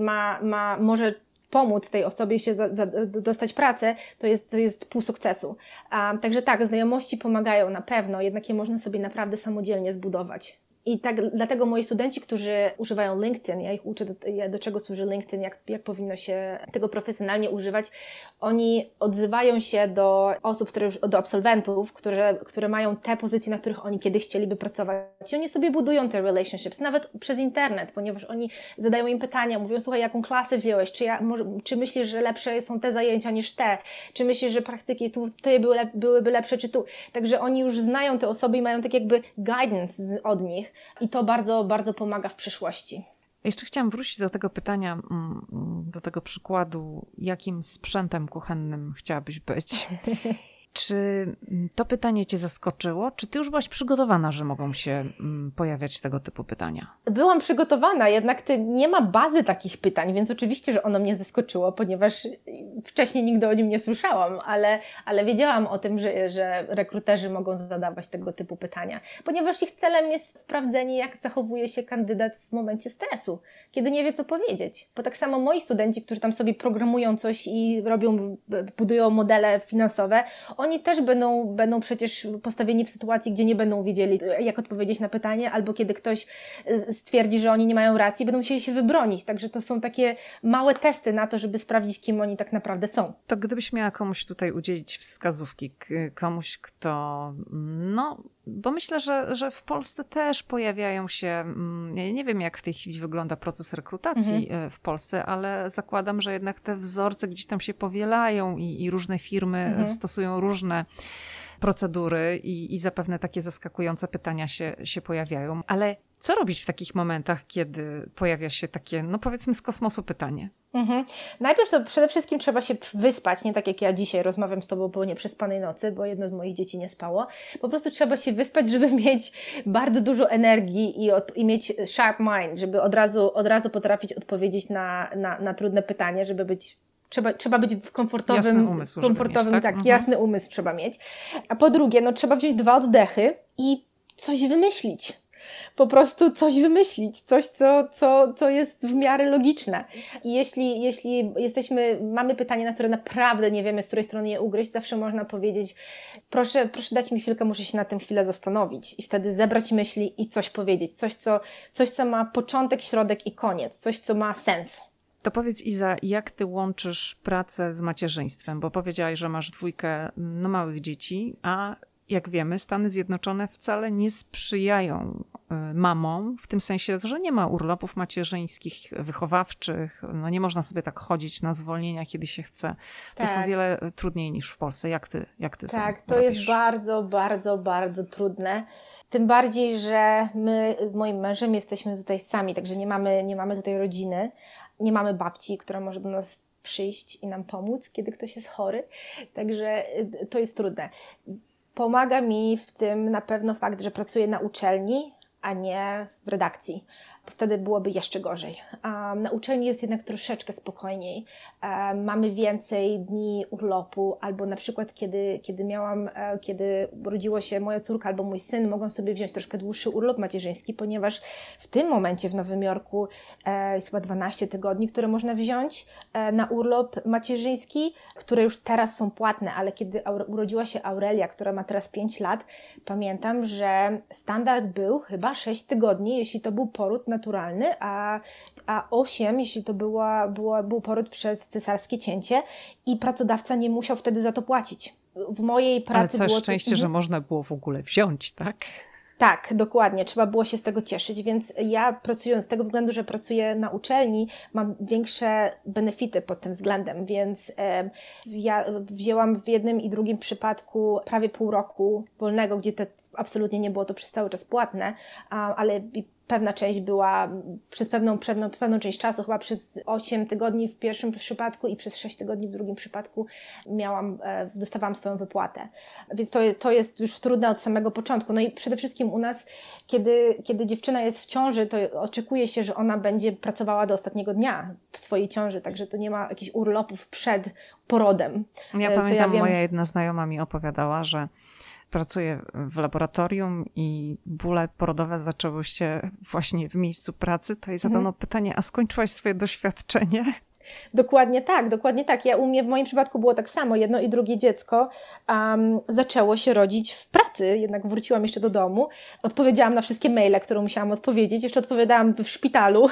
może pomóc tej osobie się dostać pracę, to jest pół sukcesu. Także tak, znajomości pomagają na pewno, jednak je można sobie naprawdę samodzielnie zbudować. I tak, dlatego moi studenci, którzy używają LinkedIn, ja ich uczę do czego służy LinkedIn, jak powinno się tego profesjonalnie używać, oni odzywają się do osób, do absolwentów, które mają te pozycje, na których oni kiedyś chcieliby pracować. I oni sobie budują te relationships, nawet przez internet, ponieważ oni zadają im pytania, mówią, słuchaj, jaką klasę wziąłeś, czy myślisz, że lepsze są te zajęcia niż te, czy myślisz, że praktyki tutaj byłyby lepsze, czy tu. Także oni już znają te osoby i mają tak jakby guidance od nich. I to bardzo, bardzo pomaga w przyszłości. Jeszcze chciałam wrócić do tego pytania, do tego przykładu, jakim sprzętem kuchennym chciałabyś być. Czy to pytanie cię zaskoczyło? Czy ty już byłaś przygotowana, że mogą się pojawiać tego typu pytania? Byłam przygotowana, jednak nie ma bazy takich pytań, więc oczywiście, że ono mnie zaskoczyło, ponieważ wcześniej nigdy o nim nie słyszałam, ale wiedziałam o tym, że rekruterzy mogą zadawać tego typu pytania, ponieważ ich celem jest sprawdzenie, jak zachowuje się kandydat w momencie stresu, kiedy nie wie, co powiedzieć. Bo tak samo moi studenci, którzy tam sobie programują coś i budują modele finansowe, oni też będą przecież postawieni w sytuacji, gdzie nie będą wiedzieli, jak odpowiedzieć na pytanie, albo kiedy ktoś stwierdzi, że oni nie mają racji, będą musieli się wybronić. Także to są takie małe testy na to, żeby sprawdzić, kim oni tak naprawdę są. To gdybyś miała komuś tutaj udzielić wskazówki, komuś, kto, bo myślę, że w Polsce też pojawiają się, ja nie wiem, jak w tej chwili wygląda proces rekrutacji w Polsce, ale zakładam, że jednak te wzorce gdzieś tam się powielają i różne firmy stosują różne procedury i zapewne takie zaskakujące pytania się pojawiają. Ale co robić w takich momentach, kiedy pojawia się takie, powiedzmy z kosmosu pytanie? Najpierw to przede wszystkim trzeba się wyspać, nie tak jak ja dzisiaj rozmawiam z Tobą po nieprzespanej nocy, bo jedno z moich dzieci nie spało. Po prostu trzeba się wyspać, żeby mieć bardzo dużo energii i mieć sharp mind, żeby od razu potrafić odpowiedzieć na trudne pytanie, żeby być... Trzeba być w komfortowym umysł, jasny umysł trzeba mieć. A po drugie, trzeba wziąć 2 oddechy i coś wymyślić. po prostu coś wymyślić, coś, co jest w miarę logiczne. I jeśli mamy pytanie, na które naprawdę nie wiemy, z której strony je ugryźć, zawsze można powiedzieć, proszę dać mi chwilkę, muszę się na tym chwilę zastanowić i wtedy zebrać myśli i coś powiedzieć, coś, co ma początek, środek i koniec, coś, co ma sens. To powiedz, Iza, jak ty łączysz pracę z macierzyństwem? Bo powiedziałaś, że masz 2 małych dzieci, a jak wiemy, Stany Zjednoczone wcale nie sprzyjają mamom, w tym sensie, że nie ma urlopów macierzyńskich, wychowawczych, no nie można sobie tak chodzić na zwolnienia, kiedy się chce. To jest o wiele trudniej niż w Polsce. Jak ty Tak, to jest robisz? bardzo, bardzo, bardzo trudne. Tym bardziej, że my z moim mężem jesteśmy tutaj sami, także nie mamy tutaj rodziny. Nie mamy babci, która może do nas przyjść i nam pomóc, kiedy ktoś jest chory. Także to jest trudne. Pomaga mi w tym na pewno fakt, że pracuję na uczelni, a nie w redakcji. Wtedy byłoby jeszcze gorzej. Na uczelni jest jednak troszeczkę spokojniej. Mamy więcej dni urlopu, albo na przykład kiedy urodziła się moja córka albo mój syn, mogą sobie wziąć troszkę dłuższy urlop macierzyński, ponieważ w tym momencie w Nowym Jorku jest chyba 12 tygodni, które można wziąć na urlop macierzyński, które już teraz są płatne, ale kiedy urodziła się Aurelia, która ma teraz 5 lat, pamiętam, że standard był chyba 6 tygodni, jeśli to był poród naturalny, a 8, jeśli to był poród przez cesarskie cięcie i pracodawca nie musiał wtedy za to płacić. W mojej pracy Ale było szczęście, że można było w ogóle wziąć, tak? Tak, dokładnie. Trzeba było się z tego cieszyć, więc ja pracując z tego względu, że pracuję na uczelni, mam większe benefity pod tym względem, więc ja wzięłam w jednym i drugim przypadku prawie pół roku wolnego, gdzie absolutnie nie było to przez cały czas płatne, ale pewna część była przez pewną część czasu, chyba przez 8 tygodni w pierwszym przypadku i przez 6 tygodni w drugim przypadku dostawałam swoją wypłatę. Więc to jest już trudne od samego początku. No i przede wszystkim u nas, kiedy dziewczyna jest w ciąży, to oczekuje się, że ona będzie pracowała do ostatniego dnia swojej ciąży, także to nie ma jakichś urlopów przed porodem. Ja pamiętam, moja jedna znajoma mi opowiadała, że pracuje w laboratorium i bóle porodowe zaczęły się właśnie w miejscu pracy, to jej zadano pytanie, a skończyłaś swoje doświadczenie? Dokładnie tak, dokładnie tak. W moim przypadku było tak samo. Jedno i drugie dziecko zaczęło się rodzić w pracy. Jednak wróciłam jeszcze do domu. Odpowiedziałam na wszystkie maile, które musiałam odpowiedzieć. Jeszcze odpowiadałam w szpitalu,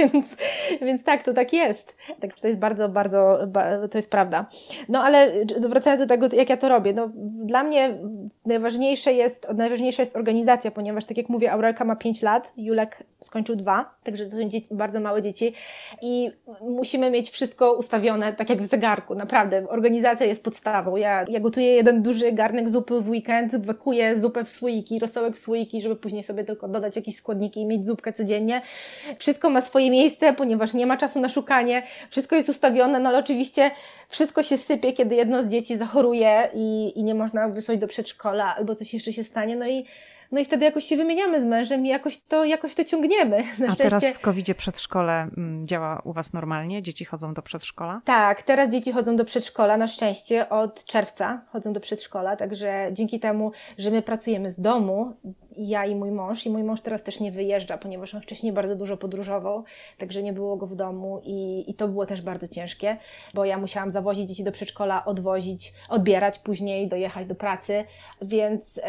więc tak, to tak jest. Tak, to jest bardzo, bardzo, to jest prawda. No ale wracając do tego, jak ja to robię. No, dla mnie najważniejsza jest organizacja, ponieważ tak jak mówię, Aurelka ma 5 lat, Julek skończył 2, także to są bardzo małe dzieci i musimy mieć wszystko ustawione tak jak w zegarku, naprawdę. Organizacja jest podstawą. Ja gotuję jeden duży garnek zupy w weekend, wekuję zupę w słoiki, rosołek w słoiki, żeby później sobie tylko dodać jakieś składniki i mieć zupkę codziennie. Wszystko ma swoje miejsce, ponieważ nie ma czasu na szukanie. Wszystko jest ustawione, no ale oczywiście wszystko się sypie, kiedy jedno z dzieci zachoruje i nie można wysłać do przedszkola albo coś jeszcze się stanie, no i wtedy jakoś się wymieniamy z mężem i jakoś to ciągniemy. Na szczęście. Teraz w COVID-zie przedszkole działa u was normalnie? Dzieci chodzą do przedszkola? Tak, teraz dzieci chodzą do przedszkola, na szczęście od czerwca chodzą do przedszkola, także dzięki temu, że my pracujemy z domu, ja i mój mąż teraz też nie wyjeżdża, ponieważ on wcześniej bardzo dużo podróżował, także nie było go w domu i to było też bardzo ciężkie, bo ja musiałam zawozić dzieci do przedszkola, odwozić, odbierać później, dojechać do pracy, więc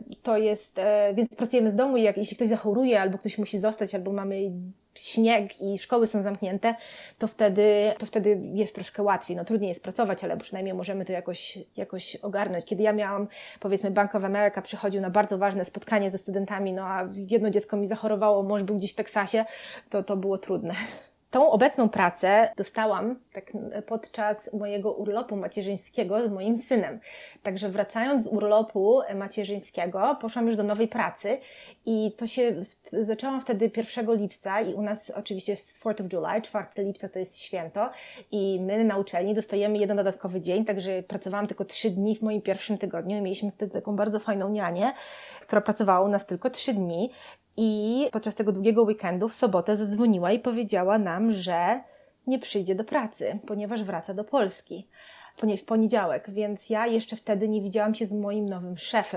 więc pracujemy z domu i jeśli ktoś zachoruje, albo ktoś musi zostać, albo mamy śnieg i szkoły są zamknięte, to wtedy jest troszkę łatwiej. No trudniej jest pracować, ale przynajmniej możemy to jakoś ogarnąć. Kiedy ja miałam, powiedzmy, Bank of America przychodził na bardzo ważne spotkanie ze studentami, no a jedno dziecko mi zachorowało, mąż był gdzieś w Teksasie, to było trudne. Tą obecną pracę dostałam tak podczas mojego urlopu macierzyńskiego z moim synem. Także wracając z urlopu macierzyńskiego, poszłam już do nowej pracy i zaczęłam wtedy 1 lipca i u nas oczywiście jest 4th of July, 4 lipca to jest święto i my na uczelni dostajemy jeden dodatkowy dzień, także pracowałam tylko 3 dni w moim pierwszym tygodniu i mieliśmy wtedy taką bardzo fajną nianię, która pracowała u nas tylko 3 dni. I podczas tego długiego weekendu w sobotę zadzwoniła i powiedziała nam, że nie przyjdzie do pracy, ponieważ wraca do Polski w poniedziałek. Więc ja jeszcze wtedy nie widziałam się z moim nowym szefem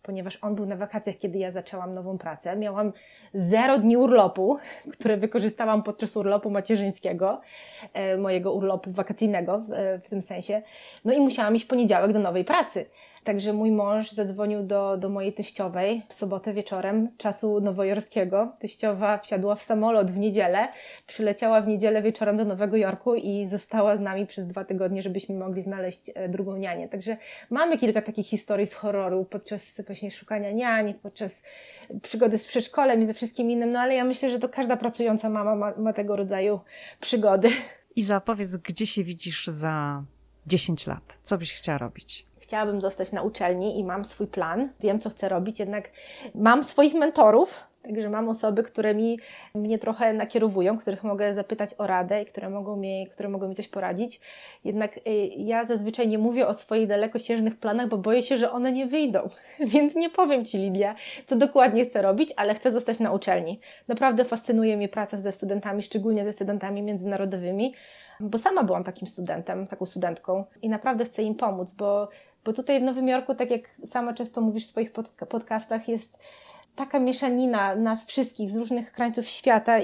ponieważ on był na wakacjach, kiedy ja zaczęłam nową pracę. Miałam 0 dni urlopu, które wykorzystałam podczas urlopu macierzyńskiego, mojego urlopu wakacyjnego w tym sensie. No i musiałam iść w poniedziałek do nowej pracy. Także mój mąż zadzwonił do mojej teściowej w sobotę wieczorem czasu nowojorskiego. Teściowa wsiadła w samolot w niedzielę, przyleciała w niedzielę wieczorem do Nowego Jorku i została z nami przez 2 tygodnie, żebyśmy mogli znaleźć drugą nianię. Także mamy kilka takich historii z horroru podczas właśnie szukania niań, podczas przygody z przedszkolem i ze wszystkim innym, no ale ja myślę, że to każda pracująca mama ma tego rodzaju przygody. Iza, powiedz, gdzie się widzisz za 10 lat? Co byś chciała robić? Chciałabym zostać na uczelni i mam swój plan, wiem, co chcę robić, jednak mam swoich mentorów, także mam osoby, które mnie trochę nakierowują, których mogę zapytać o radę i które mogą mi coś poradzić. Jednak ja zazwyczaj nie mówię o swoich dalekosiężnych planach, bo boję się, że one nie wyjdą. Więc nie powiem Ci, Lidia, co dokładnie chcę robić, ale chcę zostać na uczelni. Naprawdę fascynuje mnie praca ze studentami, szczególnie ze studentami międzynarodowymi, bo sama byłam takim studentem, taką studentką i naprawdę chcę im pomóc, bo tutaj w Nowym Jorku, tak jak sama często mówisz w swoich podcastach, jest taka mieszanina nas wszystkich z różnych krańców świata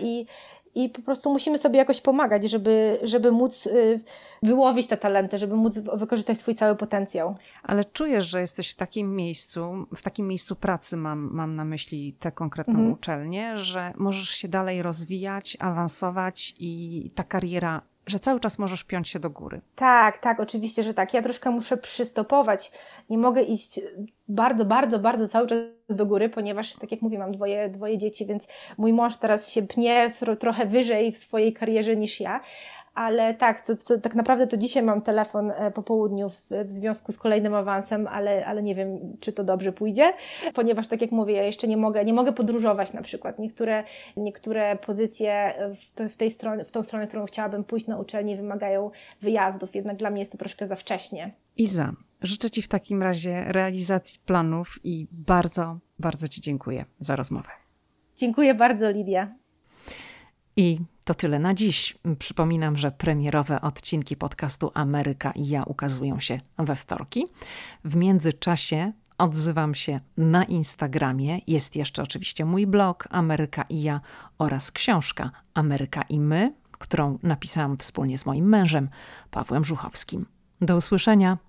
i po prostu musimy sobie jakoś pomagać, żeby móc wyłowić te talenty, żeby móc wykorzystać swój cały potencjał. Ale czujesz, że jesteś w takim miejscu pracy, mam na myśli tę konkretną uczelnię, że możesz się dalej rozwijać, awansować i ta kariera, że cały czas możesz piąć się do góry. Tak, oczywiście, że tak. Ja troszkę muszę przystopować. Nie mogę iść bardzo cały czas do góry, ponieważ, tak jak mówię, mam dwoje dzieci, więc mój mąż teraz się pnie trochę wyżej w swojej karierze niż ja. Ale tak, tak naprawdę to dzisiaj mam telefon po południu w związku z kolejnym awansem, ale nie wiem, czy to dobrze pójdzie, ponieważ, tak jak mówię, ja jeszcze nie mogę podróżować na przykład. Niektóre pozycje w tą stronę, którą chciałabym pójść na uczelni, wymagają wyjazdów, jednak dla mnie jest to troszkę za wcześnie. Iza, życzę Ci w takim razie realizacji planów i bardzo, bardzo Ci dziękuję za rozmowę. Dziękuję bardzo, Lidia. I to tyle na dziś. Przypominam, że premierowe odcinki podcastu Ameryka i ja ukazują się we wtorki. W międzyczasie odzywam się na Instagramie. Jest jeszcze oczywiście mój blog Ameryka i ja oraz książka Ameryka i my, którą napisałam wspólnie z moim mężem Pawłem Żuchowskim. Do usłyszenia.